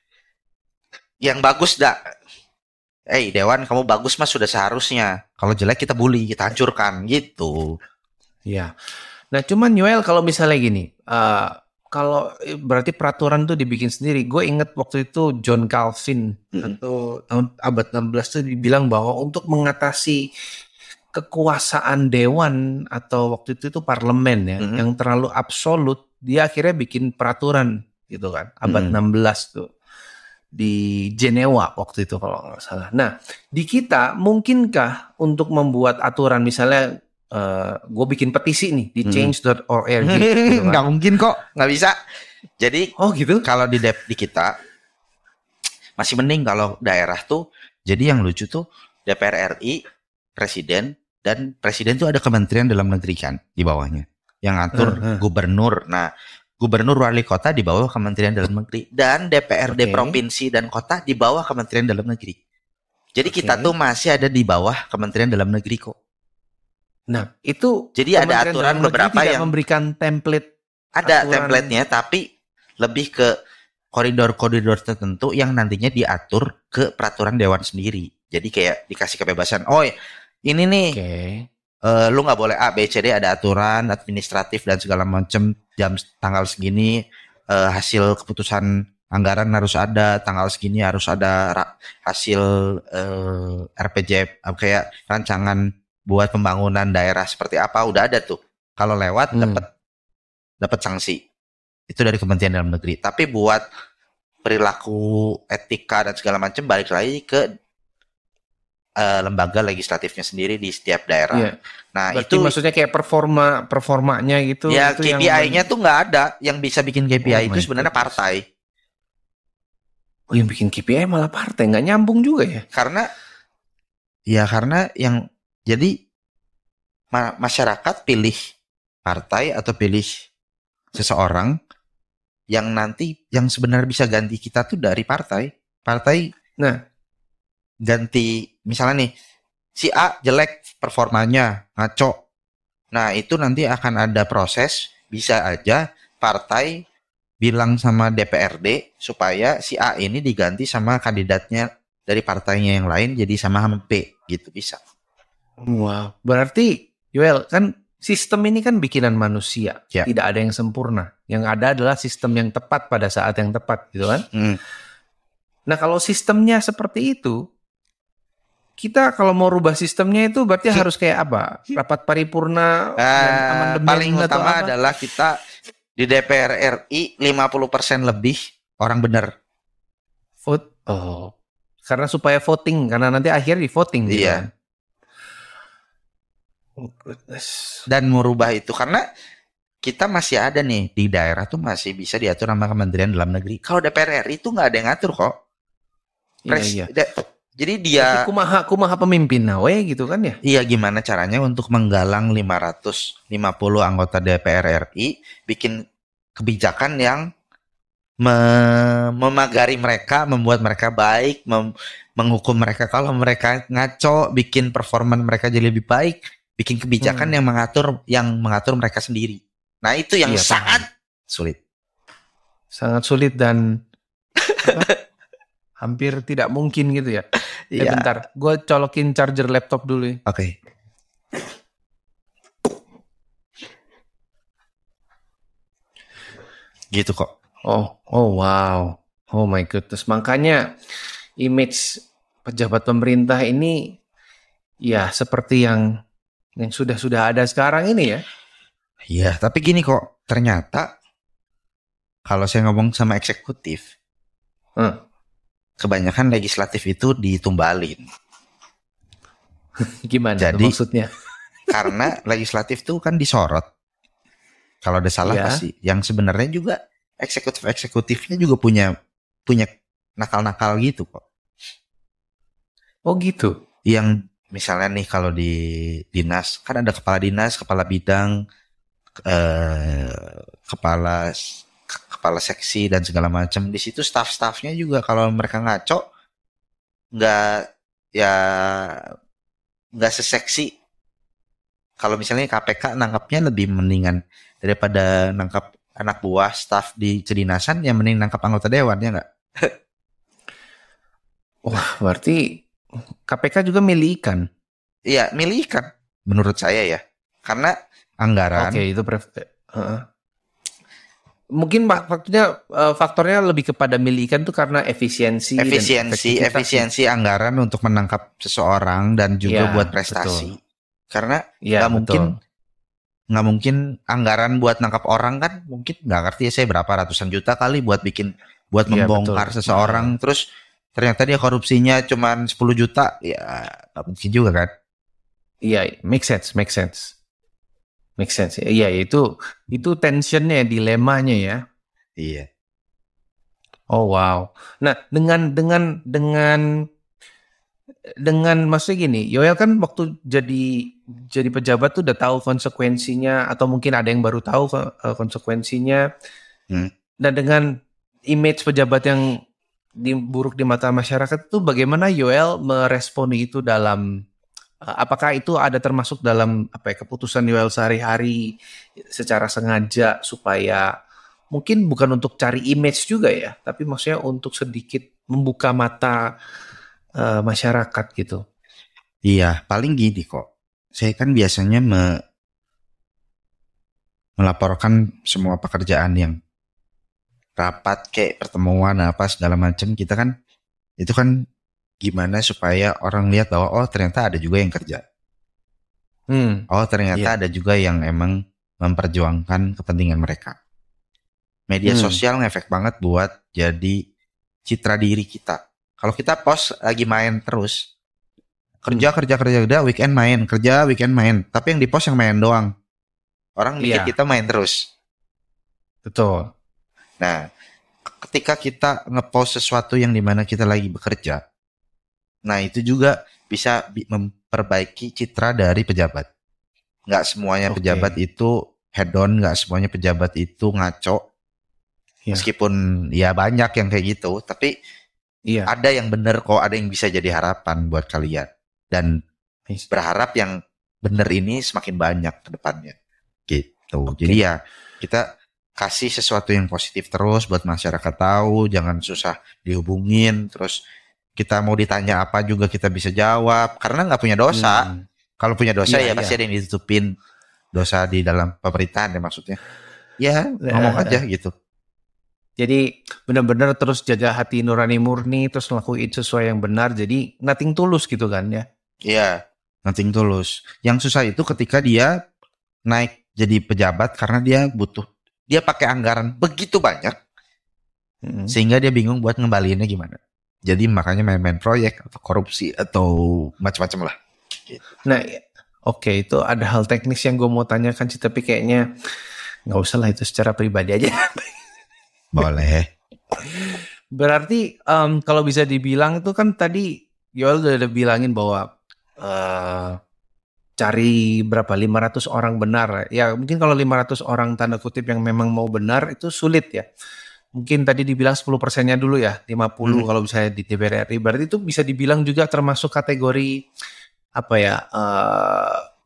yang bagus dah. Eh Dewan kamu bagus mas sudah seharusnya. Kalau jelek kita bully, kita hancurkan gitu. Ya. Nah, cuman Yoel kalau misalnya gini, eh, kalau berarti peraturan tuh dibikin sendiri. Gue inget waktu itu John Calvin Mm-mm. atau tahun abad enam belas tuh dibilang bahwa untuk mengatasi kekuasaan dewan atau waktu itu itu parlemen ya Mm-mm. yang terlalu absolut, dia akhirnya bikin peraturan gitu kan. Abad Mm-mm. enam belas tuh di Jenewa waktu itu kalau nggak salah. Nah, di kita mungkinkah untuk membuat aturan misalnya eh gue bikin petisi nih di Hmm. change dot org gitu Nggak kan. mungkin kok, nggak bisa. Jadi Oh gitu? kalau di dep di kita masih mending kalau daerah tuh. Jadi yang lucu tuh D P R R I, presiden dan presiden tuh ada kementerian dalam negeri kan di bawahnya yang ngatur Uh, uh. gubernur. Nah gubernur wali kota di bawah kementerian dalam negeri dan D P R D Oke. provinsi dan kota di bawah kementerian dalam negeri. Jadi Oke. kita tuh masih ada di bawah kementerian dalam negeri kok. Nah, itu Jadi ada Kementerian aturan Dalam Negeri beberapa tidak yang memberikan template. ada aturan- template-nya tapi lebih ke koridor-koridor tertentu yang nantinya diatur ke peraturan dewan sendiri. Jadi kayak dikasih kebebasan. Oh, ini nih Oke. eh, lu nggak boleh A, B, C, D, ada aturan administratif dan segala macam jam tanggal segini eh, hasil keputusan anggaran harus ada, tanggal segini harus ada ra- hasil eh, R P J eh, kayak rancangan buat pembangunan daerah seperti apa udah ada tuh. Kalau lewat Hmm. dapat dapat sanksi. Itu dari Kementerian Dalam Negeri. Tapi buat perilaku etika dan segala macam balik lagi ke eh, lembaga legislatifnya sendiri di setiap daerah. Iya. Nah, Berarti itu maksudnya kayak performa performanya gitu. ya itu K P yang- I-nya tuh nggak ada. Yang bisa bikin K P I Oh itu my sebenarnya goodness. partai. Oh, yang bikin K P I malah partai, nggak nyambung juga ya? Karena ya karena yang jadi ma- masyarakat pilih partai atau pilih seseorang yang nanti yang sebenarnya bisa ganti kita tuh dari partai. Partai Nah. ganti misalnya nih si A jelek performanya ngaco. Nah itu nanti akan ada proses bisa aja partai bilang sama D P R D supaya si A ini diganti sama kandidatnya dari partainya yang lain jadi sama sama B gitu bisa. Wow, berarti Yoel kan sistem ini kan bikinan manusia, Ya. tidak ada yang sempurna. Yang ada adalah sistem yang tepat pada saat yang tepat, gitu kan? Hmm. Nah, kalau sistemnya seperti itu, kita kalau mau rubah sistemnya itu berarti harus kayak apa? Rapat paripurna dan Eh, amandemen paling atau utama apa? adalah kita di D P R R I lima puluh persen lebih orang benar. Vote. Oh, karena supaya voting, karena nanti akhirnya di voting. gitu Iya. kan? Oh, goodness. Dan merubah itu karena kita masih ada nih di daerah tuh masih bisa diatur sama Kementerian Dalam Negeri. Kalau D P R R I itu nggak ada yang ngatur kok. Iya, Pres- iya. da- Jadi Tapi dia kumaha kumaha pemimpin nawe gitu kan ya? iya gimana caranya untuk menggalang lima ratus lima puluh anggota D P R R I bikin kebijakan yang me- memagari mereka, membuat mereka baik, mem- menghukum mereka kalau mereka ngaco, bikin performa mereka jadi lebih baik, bikin kebijakan Hmm. yang mengatur yang mengatur mereka sendiri. Nah, itu yang Iya, sangat sulit. Sangat sulit dan apa, hampir tidak mungkin gitu ya. Eh Iya. bentar, gue colokin charger laptop dulu ya. Oke. Gitu kok. Oh, oh wow. Oh my goodness. Makanya image pejabat pemerintah ini ya seperti yang yang sudah-sudah ada sekarang ini ya. Iya, tapi gini kok, ternyata kalau saya ngomong sama eksekutif, Hmm. kebanyakan legislatif itu ditumbalin. Gimana tuh Jadi- maksudnya? Karena legislatif tuh kan disorot. Kalau ada salah Iya. pasti. Yang sebenarnya juga eksekutif-eksekutifnya juga punya punya nakal-nakal gitu kok. Oh gitu. Yang misalnya nih kalau di dinas kan ada kepala dinas, kepala bidang, eh, kepala kepala seksi dan segala macam. Di situ staff-staffnya juga kalau mereka ngaco nggak ya nggak seseksi. Kalau misalnya K P K nangkapnya lebih mendingan daripada nangkap anak buah staff di kedinasan, yang mending nangkap anggota dewan, ya nggak? Wah, berarti K P K juga milih ikan. Iya, milih ikan menurut saya ya. Karena anggaran. Oke, itu pref- eh, uh-uh. Mungkin mak- faktornya eh, faktornya lebih kepada milih ikan tuh karena efisiensi dan efisiensi efektivitas. efisiensi anggaran untuk menangkap seseorang dan juga Ya, buat prestasi. Karena Iya, nggak mungkin betul. nggak mungkin anggaran buat nangkap orang kan mungkin nggak ngerti ya, saya berapa ratusan juta kali buat bikin buat Iya, membongkar betul. seseorang, terus ternyata dia korupsinya cuma sepuluh juta, ya nggak mungkin juga kan. Iya, make sense, make sense. Make sense. Iya, itu itu tensionnya, dilemanya ya. Iya. Oh wow. Nah, dengan dengan dengan dengan maksudnya gini, Yoel kan waktu jadi jadi pejabat tuh udah tahu konsekuensinya, atau mungkin ada yang baru tahu eh, konsekuensinya. Hmm. Dan dengan image pejabat yang di, buruk di mata masyarakat itu, bagaimana Yoel meresponi itu dalam eh, apakah itu ada termasuk dalam apa ya, keputusan Yoel sehari-hari secara sengaja supaya mungkin bukan untuk cari image juga ya, tapi maksudnya untuk sedikit membuka mata uh, masyarakat gitu. Iya, paling gini kok. Saya kan biasanya me- melaporkan semua pekerjaan yang rapat kayak pertemuan apa segala macam, kita kan itu kan gimana supaya orang lihat bahwa oh ternyata ada juga yang kerja. Hmm. Oh ternyata Iya. ada juga yang emang memperjuangkan kepentingan mereka. Media Hmm. sosial ngefek banget buat jadi citra diri kita. Kalau kita post lagi main terus, kerja kerja kerja kerja, weekend main, kerja weekend main, tapi yang di post yang main doang, orang mikir Iya. kita main terus. Betul. Nah, ketika kita ngepost sesuatu yang dimana kita lagi bekerja, nah itu juga bisa bi- memperbaiki citra dari pejabat. Nggak semuanya Oke. pejabat itu head on, nggak semuanya pejabat itu ngaco. Iya. Meskipun ya banyak yang kayak gitu, tapi Iya. ada yang bener kok, ada yang bisa jadi harapan buat kalian. Dan Nice. berharap yang bener ini semakin banyak ke depannya. Gitu. Oke. Jadi ya kita kasih sesuatu yang positif terus buat masyarakat tahu, jangan susah dihubungin, terus kita mau ditanya apa juga kita bisa jawab, karena nggak punya dosa. Hmm. Kalau punya dosa Iya, ya pasti iya. ada yang ditutupin, dosa di dalam pemerintahan ya maksudnya. Ya ngomong aja gitu. Jadi benar-benar terus jaga hati nurani murni, terus ngelakuin sesuai yang benar. Jadi nothing tulus gitu kan ya. Iya, nothing tulus. Yang susah itu ketika dia naik jadi pejabat karena dia butuh, dia pakai anggaran begitu banyak Mm-mm. sehingga dia bingung buat ngembaliinnya gimana. Jadi makanya main-main proyek atau korupsi atau macam-macam lah. Nah, oke, itu ada hal teknis yang gue mau tanyakan sih, tapi kayaknya nggak usah lah, itu secara pribadi aja. Boleh. Berarti em, kalau bisa dibilang itu kan tadi Yoel udah ada bilangin bahwa eh, cari berapa lima ratus orang benar. Ya mungkin kalau lima ratus orang tanda kutip yang memang mau benar itu sulit ya. Mungkin tadi dibilang sepuluh persennya dulu ya, lima puluh Hmm. kalau misalnya di D P R R I. Berarti itu bisa dibilang juga termasuk kategori apa ya, eh,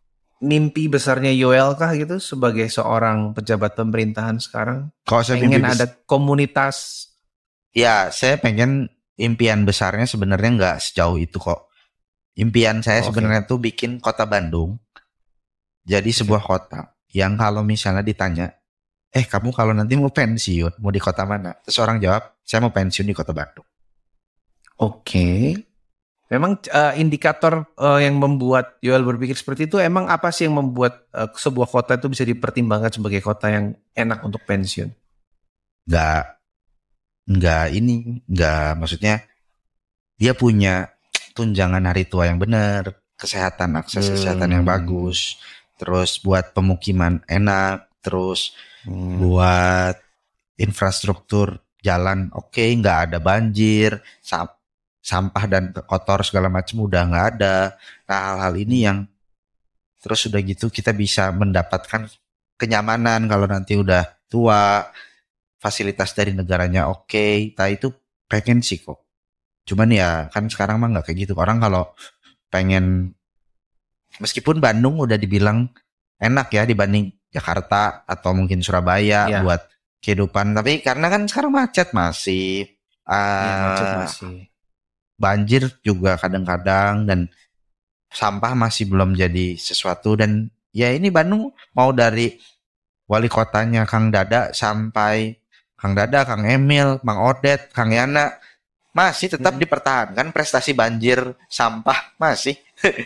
mimpi besarnya Yoel kah gitu sebagai seorang pejabat pemerintahan sekarang? Kalau saya Pengen mimpi ada bes- komunitas. ya saya pengen impian besarnya sebenarnya nggak sejauh itu kok. Impian saya Oh, oke. sebenarnya tuh bikin kota Bandung jadi sebuah kota yang kalau misalnya ditanya, eh kamu kalau nanti mau pensiun mau di kota mana? Terus orang jawab, saya mau pensiun di kota Bandung. Oke. Memang eh, indikator eh, yang membuat Yoel berpikir seperti itu, emang apa sih yang membuat eh, sebuah kota itu bisa dipertimbangkan sebagai kota yang enak untuk pensiun? Nggak, nggak ini, nggak maksudnya dia punya tunjangan hari tua yang benar, kesehatan, akses kesehatan yang Hmm. bagus, terus buat pemukiman enak, terus Hmm. buat infrastruktur jalan oke, nggak ada banjir, sam- sampah dan kotor segala macam udah nggak ada. Nah hal-hal ini yang terus udah gitu kita bisa mendapatkan kenyamanan kalau nanti udah tua, fasilitas dari negaranya oke, nah itu pengen sih kok. Cuman ya kan sekarang mah nggak kayak gitu. Orang kalau pengen, meskipun Bandung udah dibilang enak ya dibanding Jakarta atau mungkin Surabaya Ya. buat kehidupan, tapi karena kan sekarang macet masih, Iya, macet ah, masih. banjir juga kadang-kadang, dan sampah masih belum jadi sesuatu. Dan ya ini Bandung mau dari wali kotanya Kang Dada sampai Kang Dada, Kang Emil, Mang Odet, Kang Yana masih tetap Hmm. dipertahankan prestasi banjir, sampah masih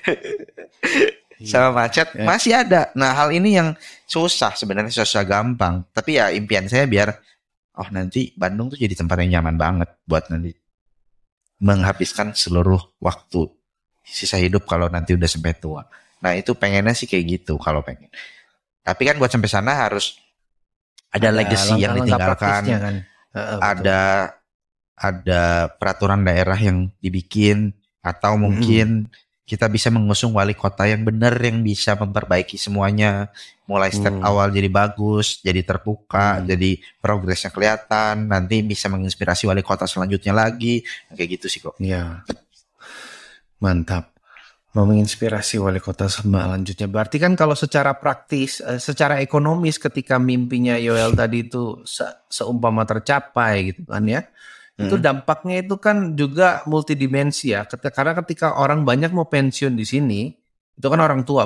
sama macet Ya. masih ada. Nah hal ini yang susah sebenarnya, susah gampang. Tapi ya impian saya biar oh nanti Bandung tuh jadi tempat yang nyaman banget buat nanti menghabiskan seluruh waktu sisa hidup kalau nanti udah sampai tua. Nah itu pengennya sih kayak gitu kalau pengen. Tapi kan buat sampai sana harus ada, legacy yang langkah-langkah ditinggalkan, praktisnya kan. Heeh, betul. ada ada peraturan daerah yang dibikin, atau mungkin kita bisa mengusung wali kota yang benar yang bisa memperbaiki semuanya, mulai step Hmm. awal jadi bagus, jadi terbuka, Hmm. jadi progresnya kelihatan, nanti bisa menginspirasi wali kota selanjutnya lagi, kayak gitu sih kok. Iya. Mantap. Mau menginspirasi wali kota selanjutnya. Berarti kan kalau secara praktis, eh, secara ekonomis ketika mimpinya Yoel tadi itu se- seumpama tercapai gitu kan ya. Itu Hmm. dampaknya itu kan juga multidimensi ya. Ket- Karena ketika orang banyak mau pensiun di sini, itu kan orang tua.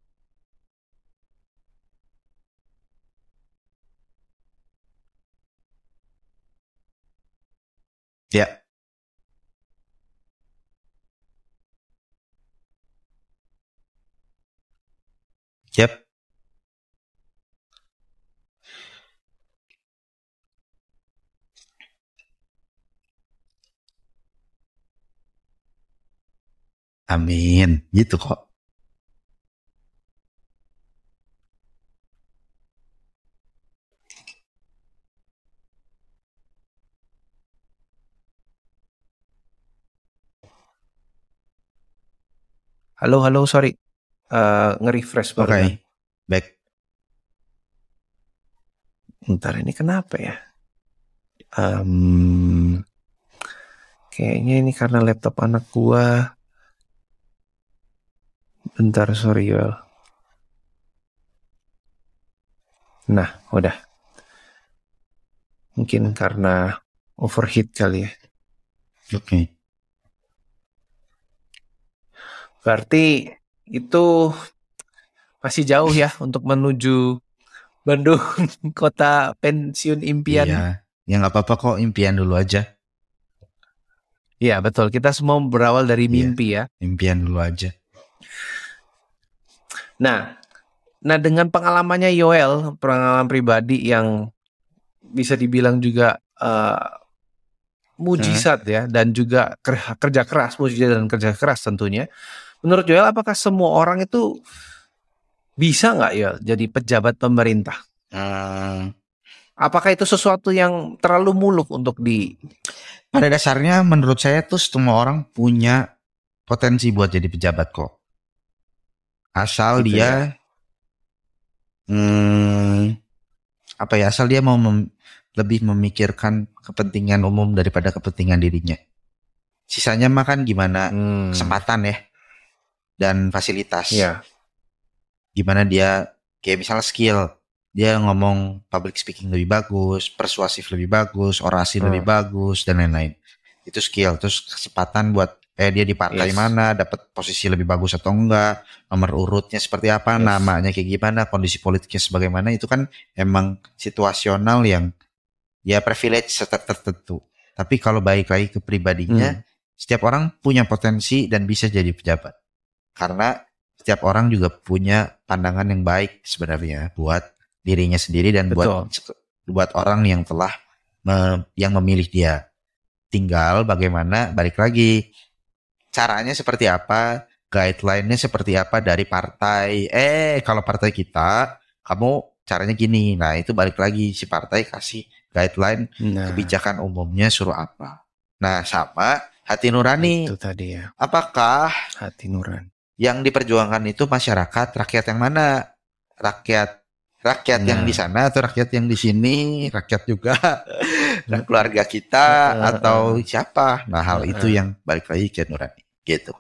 Ya, yep. Amin, gitu kok. Halo, halo, sorry. Eh, nge-refresh Oke, barusan. baik. Bentar, ini kenapa ya? Em, kayaknya ini karena laptop anak gua. Bentar, sorry Yoel. Nah, udah. Mungkin karena overheat kali ya. Oke. Berarti itu masih jauh ya untuk menuju Bandung, kota pensiun impian. Iya, ya nggak apa-apa kok, impian dulu aja. Iya, betul. Kita semua berawal dari Iya. mimpi ya. Impian dulu aja. Nah, nah dengan pengalamannya Yoel, pengalaman pribadi yang bisa dibilang juga eh, mujizat ya, dan juga ker- kerja keras, mujizat dan kerja keras tentunya. Menurut Yoel, apakah semua orang itu bisa nggak Yoel jadi pejabat pemerintah? Hmm, Apakah itu sesuatu yang terlalu muluk untuk di... pada dasarnya menurut saya tuh semua orang punya potensi buat jadi pejabat kok. Asal Gitu dia, hmm, apa ya? Asal dia mau mem- lebih memikirkan kepentingan umum daripada kepentingan dirinya. Sisanya mah kan gimana Hmm, kesempatan ya dan fasilitas. ya. gimana dia kayak misalnya skill, dia ngomong public speaking lebih bagus, persuasif lebih bagus, orasi Hmm. lebih bagus dan lain-lain. Itu skill. Terus kesempatan buat eh dia di partai Yes. mana, dapat posisi lebih bagus atau enggak, nomor urutnya seperti apa, Yes. namanya kayak gimana, kondisi politiknya sebagaimana, itu kan emang situasional yang ya privilege tertentu. Tapi kalau balik lagi ke pribadinya, Hmm. setiap orang punya potensi dan bisa jadi pejabat. Karena setiap orang juga punya pandangan yang baik sebenarnya buat dirinya sendiri dan Betul. buat buat orang yang telah me, yang memilih dia. Tinggal bagaimana, balik lagi, caranya seperti apa, guideline-nya seperti apa dari partai. Eh, kalau partai kita, kamu caranya gini. Nah, itu balik lagi, si partai kasih guideline, Nah, kebijakan umumnya suruh apa. Nah, sama hati nurani. itu tadi ya, Apakah hati nurani. yang diperjuangkan itu masyarakat, rakyat yang mana? Rakyat rakyat yang Nah. di sana atau rakyat yang di sini, rakyat juga dan keluarga kita Uh, uh, atau uh. siapa? Nah, hal Uh, itu uh. yang balik lagi ke nurani. Gitu.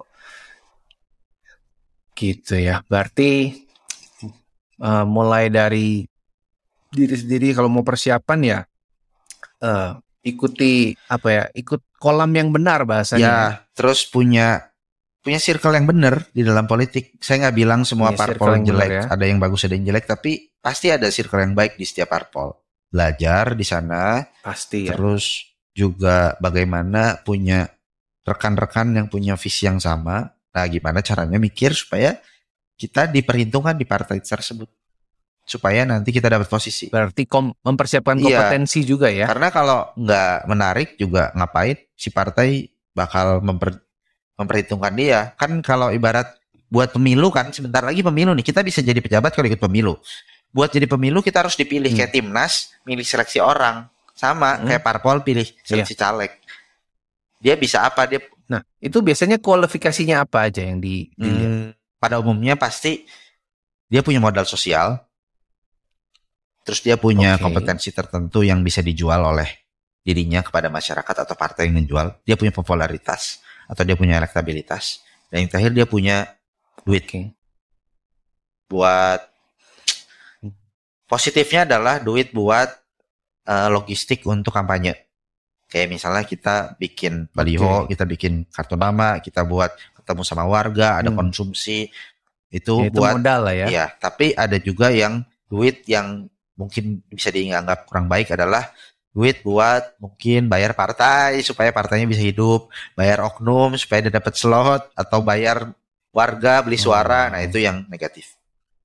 Gitu ya. Berarti uh, mulai dari diri sendiri kalau mau persiapan ya uh, ikuti apa ya? Ikut kolam yang benar bahasanya. Ya, terus punya punya circle yang benar di dalam politik. Saya nggak bilang semua Punya circle parpol yang jelek, benar ya. ada yang bagus, ada yang jelek, tapi pasti ada circle yang baik di setiap parpol. Belajar di sana, Pasti ya. terus juga bagaimana punya rekan-rekan yang punya visi yang sama. Nah, gimana caranya mikir supaya kita diperhitungkan di partai tersebut, supaya nanti kita dapat posisi. Berarti kom- mempersiapkan Iya. kompetensi juga ya. Karena kalau nggak menarik juga ngapain si partai bakal memper, memperhitungkan dia. Kan kalau ibarat buat pemilu kan, sebentar lagi pemilu nih, kita bisa jadi pejabat kalau ikut pemilu. Buat jadi pemilu kita harus dipilih Hmm. kayak timnas, milih seleksi orang. Sama Hmm. kayak parpol pilih seleksi caleg. Dia bisa apa? Dia Nah, itu biasanya kualifikasinya apa aja yang di dilihat? Hmm, pada umumnya pasti dia punya modal sosial, terus dia punya Oke. kompetensi tertentu yang bisa dijual oleh dirinya kepada masyarakat atau partai yang menjual. Dia punya popularitas atau dia punya elektabilitas. Dan yang terakhir dia punya duit. Oke. Buat positifnya adalah duit buat uh, logistik untuk kampanye. Kayak misalnya kita bikin baliho, Oke. kita bikin kartu nama, kita buat ketemu sama warga, ada Hmm. konsumsi. Itu Ya, itu buat modal lah ya. Iya, tapi ada juga yang duit yang mungkin bisa dianggap kurang baik adalah duit buat mungkin bayar partai supaya partainya bisa hidup, bayar oknum supaya dia dapat slot, atau bayar warga beli suara. Oh. Nah, itu yang negatif.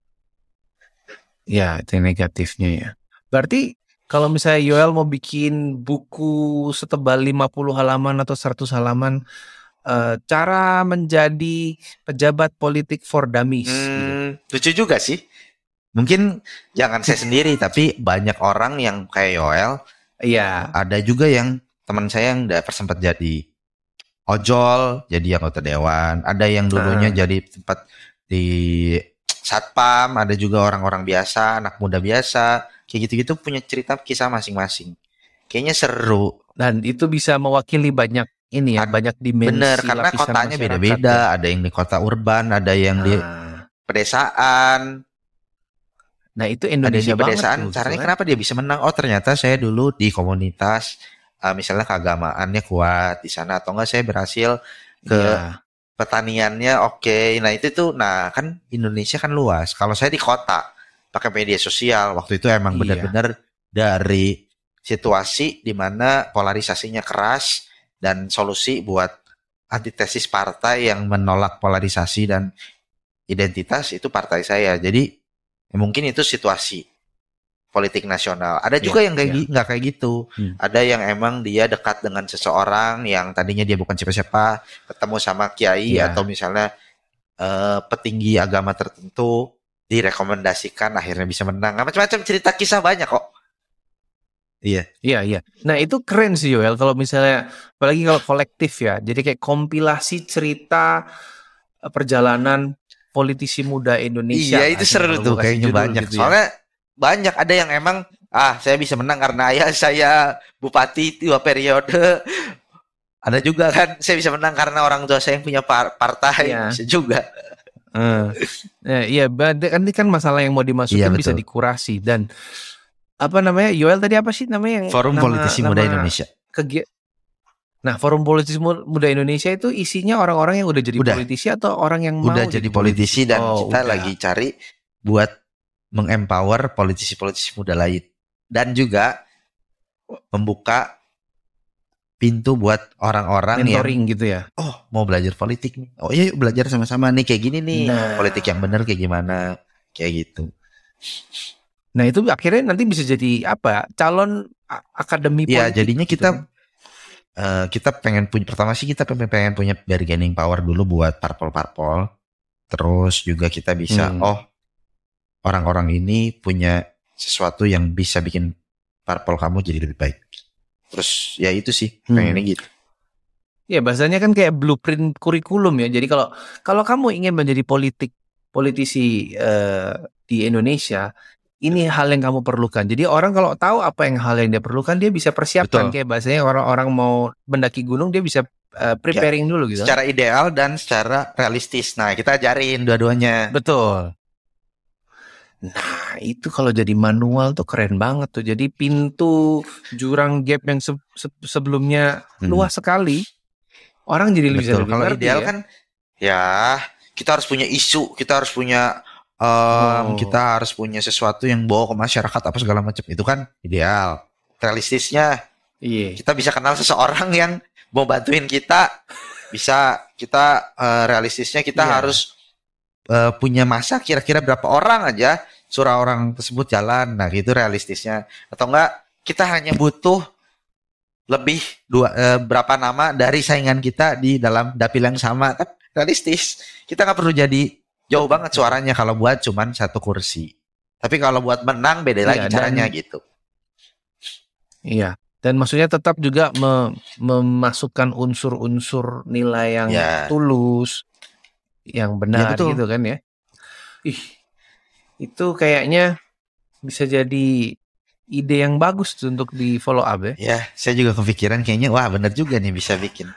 Ya, itu yang negatifnya ya. Berarti kalau misalnya Yoel mau bikin buku setebal lima puluh halaman atau seratus halaman, eh, cara menjadi pejabat politik for dummies gitu. Hmm, lucu juga sih. Mungkin jangan saya sendiri, tapi banyak orang yang kayak Yoel. Iya. Ada juga yang teman saya yang udah sempat jadi ojol, jadi anggota dewan. Ada yang dulunya Ah. jadi tempat di satpam. Ada juga orang-orang biasa, anak muda biasa. Kayak gitu-gitu punya cerita kisah masing-masing. Kayaknya seru. Dan itu bisa mewakili banyak ini ya, Ad- banyak dimensi. Bener, karena lapisan kotanya masyarakat beda-beda. ya. Ada yang di kota urban, ada yang di Ah. pedesaan. Nah, itu Ada Indonesia di banget pedesaan. tuh, Caranya gitu kan. kenapa dia bisa menang? Oh, ternyata saya dulu di komunitas, uh, misalnya keagamaannya kuat di sana, atau enggak saya berhasil ke Iya. pertaniannya oke. Nah, itu tuh, nah kan Indonesia kan luas. Kalau saya di kota pakai media sosial, waktu itu emang Iya. benar-benar dari situasi di mana polarisasinya keras dan solusi buat antitesis partai yang menolak polarisasi dan identitas itu partai saya. Jadi ya mungkin itu situasi politik nasional. Ada juga Iya, yang kayak iya. gi- nggak kayak gitu. Hmm. Ada yang emang dia dekat dengan seseorang yang tadinya dia bukan siapa-siapa, ketemu sama kiai Iya. atau misalnya eh, petinggi agama tertentu, direkomendasikan akhirnya bisa menang. Nah, macam-macam cerita kisah banyak kok. Iya. Iya, iya. Nah, itu keren sih Yoel kalau misalnya, apalagi kalau kolektif ya. Jadi kayak kompilasi cerita eh, perjalanan politisi muda Indonesia. Iya, itu Nah, seru kalau tuh gua kasih kayaknya judul banyak. gitu ya. Soalnya banyak ada yang emang ah saya bisa menang karena ayah saya bupati dua periode. Ada juga kan saya bisa menang karena orang tua saya yang punya par- partai. Iya. Bisa juga. Uh, eh, iya, kan ini kan masalah yang mau dimasukin Iya, bisa betul. dikurasi dan apa namanya? Yoel tadi apa sih namanya yang Forum nama, Politisi nama Muda Indonesia. Kegi- nah, Forum Politisi Muda Indonesia itu isinya orang-orang yang udah jadi Udah. politisi atau orang yang Udah mau jadi politisi, dan oh, kita udah. lagi cari buat mengempower politisi-politisi muda lain dan juga membuka pintu buat orang-orang mentoring yang gitu ya. Oh, mau belajar politik nih. Oh iya, yuk belajar sama-sama nih kayak gini nih. Nah. Politik yang benar kayak gimana? Kayak gitu. Nah, itu akhirnya nanti bisa jadi apa? Calon akademi politik. Iya, jadinya gitu kita kan? uh, kita pengen punya pertama sih kita pengen, pengen punya bargaining power dulu buat parpol-parpol. Terus juga kita bisa hmm. oh orang-orang ini punya sesuatu yang bisa bikin parpol kamu jadi lebih baik. Terus ya itu sih pengennya hmm. gitu. Ya bahasanya kan kayak blueprint kurikulum ya. Jadi kalau kalau kamu ingin menjadi politik politisi uh, di Indonesia, ini hal yang kamu perlukan. Jadi orang kalau tahu apa yang hal yang dia perlukan, dia bisa persiapkan. Betul. Kayak bahasanya orang-orang mau mendaki gunung, dia bisa uh, preparing ya, dulu gitu. Secara ideal dan secara realistis. Nah, kita ajarin dua-duanya. Betul. Nah, itu kalau jadi manual tuh keren banget tuh. Jadi pintu jurang gap yang se- se- sebelumnya hmm. luas sekali, orang jadi lebih bisa lebih kalau ngerti ideal ya. Kan ya kita harus punya isu, kita harus punya um, oh. kita harus punya sesuatu yang bawa ke masyarakat apa segala macam. Itu kan ideal. Realistisnya iya. Kita bisa kenal seseorang yang mau bantuin kita. Bisa kita uh, realistisnya kita yeah. harus Uh, punya masa kira-kira berapa orang aja suruh orang tersebut jalan. Nah gitu realistisnya. Atau enggak kita hanya butuh lebih dua uh, berapa nama dari saingan kita di dalam dapil yang sama. Kan realistis. Kita nggak perlu jadi jauh banget suaranya kalau buat cuman satu kursi. Tapi kalau buat menang beda iya, lagi caranya dan, gitu. Iya. Dan maksudnya tetap juga me- memasukkan unsur-unsur nilai yang ya. tulus, yang benar ya, gitu kan ya. Ih, itu kayaknya bisa jadi ide yang bagus tuh untuk di follow up ya. Ya, saya juga kepikiran kayaknya wah benar juga nih bisa bikin.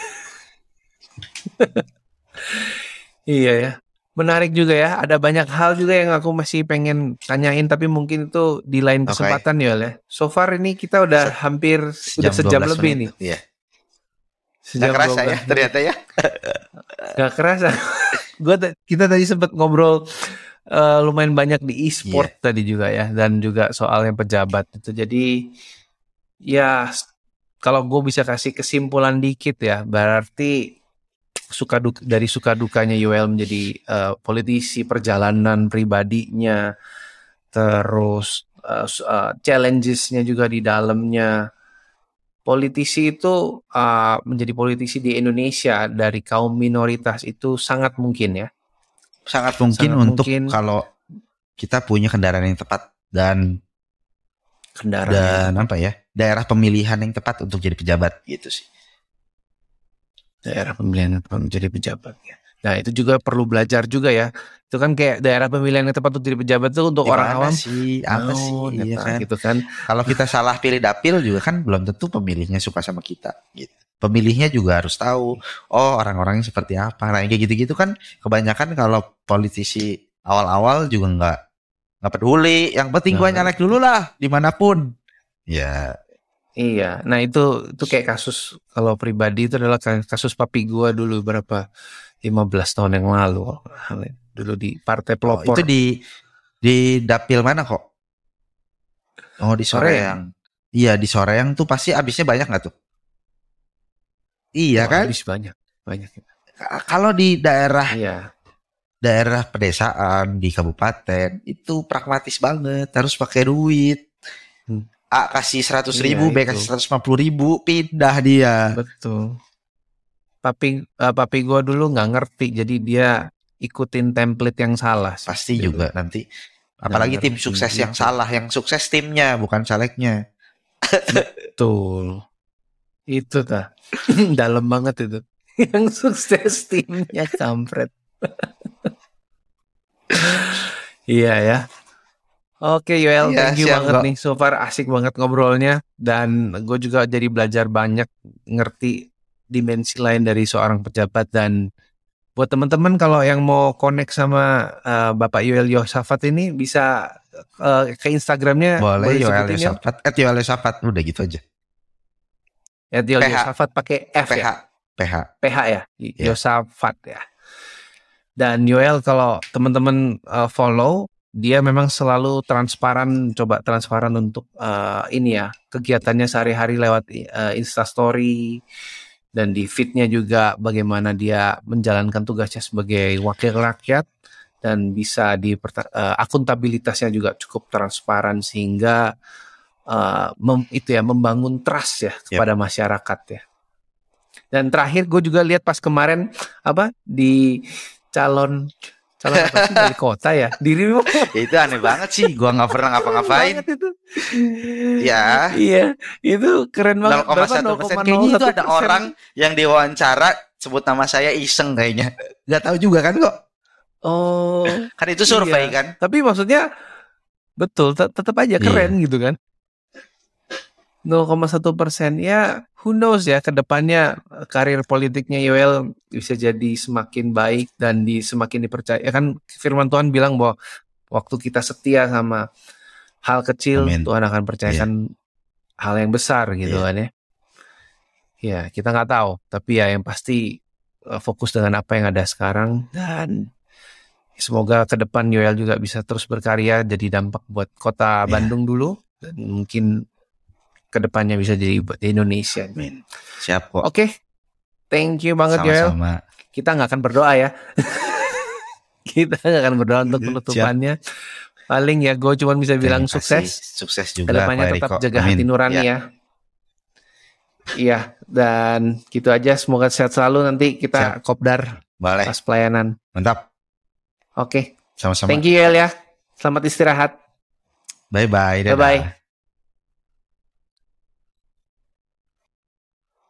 Iya ya. Menarik juga ya. Ada banyak hal juga yang aku masih pengen tanyain tapi mungkin itu di lain kesempatan okay. ya. So far ini kita udah Se- hampir sejam, udah sejam lebih menit. nih. Iya. Gak kerasa ya ternyata ya. Gak kerasa. Gua t- kita tadi sempat ngobrol uh, lumayan banyak di e-sport yeah. tadi juga ya, dan juga soal yang pejabat itu. Jadi ya kalau gue bisa kasih kesimpulan dikit ya, berarti suka duka, dari suka dukanya Yoel menjadi uh, politisi, perjalanan pribadinya, terus uh, uh, challenges-nya juga di dalamnya. Politisi itu uh, menjadi politisi di Indonesia dari kaum minoritas itu sangat mungkin ya. Sangat mungkin sangat untuk mungkin, kalau kita punya kendaraan yang tepat dan kendaraan dan apa ya daerah pemilihan yang tepat untuk jadi pejabat gitu sih. Daerah pemilihan untuk jadi pejabat ya. Nah itu juga perlu belajar juga ya. Itu kan kayak daerah pemilihan yang tepat untuk jadi pejabat itu untuk Gimana orang awam sih, apa oh, sih, iya kan? Gitu kan. Kalau kita salah pilih dapil juga kan belum tentu pemilihnya suka sama kita. Gitu. Pemilihnya juga harus tahu, oh orang-orangnya seperti apa. Nah kayak gitu-gitu kan kebanyakan kalau politisi awal-awal juga nggak nggak peduli. Yang penting gue nyalek dulu lah dimanapun. Ya. Iya, nah itu itu kayak kasus kalau pribadi itu adalah kasus papi gua dulu berapa lima belas tahun yang lalu dulu di Partai Pelopor. Oh, itu di di dapil mana kok? Oh di Soreang. Iya di Soreang tuh pasti abisnya banyak nggak tuh? Iya oh, kan? Abis banyak, banyak. Kalau di daerah iya. daerah pedesaan di kabupaten itu pragmatis banget, harus pakai duit. Hmm. A kasih seratus ribu, iya, B kasih seratus lima puluh ribu, pindah dia. Betul. Papi, uh, papi gue dulu nggak ngerti, jadi dia ikutin template yang salah. Sih. Pasti dulu. Juga nanti. Apalagi tim sukses gitu. Yang salah, yang sukses timnya, bukan calegnya. Betul. Itu ta, dalam banget itu. Yang sukses timnya kampret. Iya ya. Oke Yoel, ya, thank you banget gak. nih. So far asik banget ngobrolnya. Dan gue juga jadi belajar banyak, ngerti dimensi lain dari seorang pejabat. Dan buat teman-teman kalau yang mau connect sama uh, Bapak Yoel Yosafat ini bisa uh, ke Instagramnya. Boleh, Yoel disebutin, Yel? Yosafat. Eh, Yoel Yosafat. Udah gitu aja. Ya, Yoel P H. Yosafat pakai F P H. ya? P H. P H ya? Ya. Yosafat ya. Dan Yoel kalau teman-teman uh, follow, dia memang selalu transparan, coba transparan untuk uh, ini ya, kegiatannya sehari-hari lewat uh, Instastory. Dan di feed-nya juga bagaimana dia menjalankan tugasnya sebagai wakil rakyat. Dan bisa di uh, akuntabilitasnya juga cukup transparan sehingga uh, mem, itu ya membangun trust ya kepada yep. masyarakat ya. Dan terakhir gue juga lihat pas kemarin apa di calon calon apa sih dari kota ya dirimu ya, itu aneh banget sih, gue nggak pernah ngapa-ngapain itu. Ya iya itu keren banget. nol koma satu persen kayaknya itu ada orang yang diwawancara sebut nama saya iseng kayaknya, nggak tahu juga kan kok. Oh kan itu survei iya. kan, tapi maksudnya betul tetap aja keren iya. gitu kan. nol koma satu persen ya, who knows ya kedepannya karir politiknya Yoel bisa jadi semakin baik dan di semakin dipercaya. Ya kan Firman Tuhan bilang bahwa waktu kita setia sama hal kecil, Amin. Tuhan akan percayakan yeah. hal yang besar gitu yeah. kan ya. Ya kita nggak tahu, tapi ya yang pasti uh, fokus dengan apa yang ada sekarang dan semoga ke depan Yoel juga bisa terus berkarya jadi dampak buat kota yeah. Bandung dulu dan mungkin kedepannya bisa jadi buat Indonesia. Amin. Siap kok. Oke, okay. Thank you banget Yoel. Kita nggak akan berdoa ya. Kita nggak akan berdoa untuk penutupannya. Siap. Paling ya gue cuma bisa bilang Terima sukses. Kasih. Sukses juga. Kedepannya tetap jaga Amin. Hati nurani ya. ya. Iya, dan gitu aja. Semoga sehat selalu. Nanti kita Siap. Kopdar Boleh. Pas pelayanan. Mantap. Oke. Okay. Sama-sama. Thank you Yoel ya. Selamat istirahat. Bye bye. Bye bye.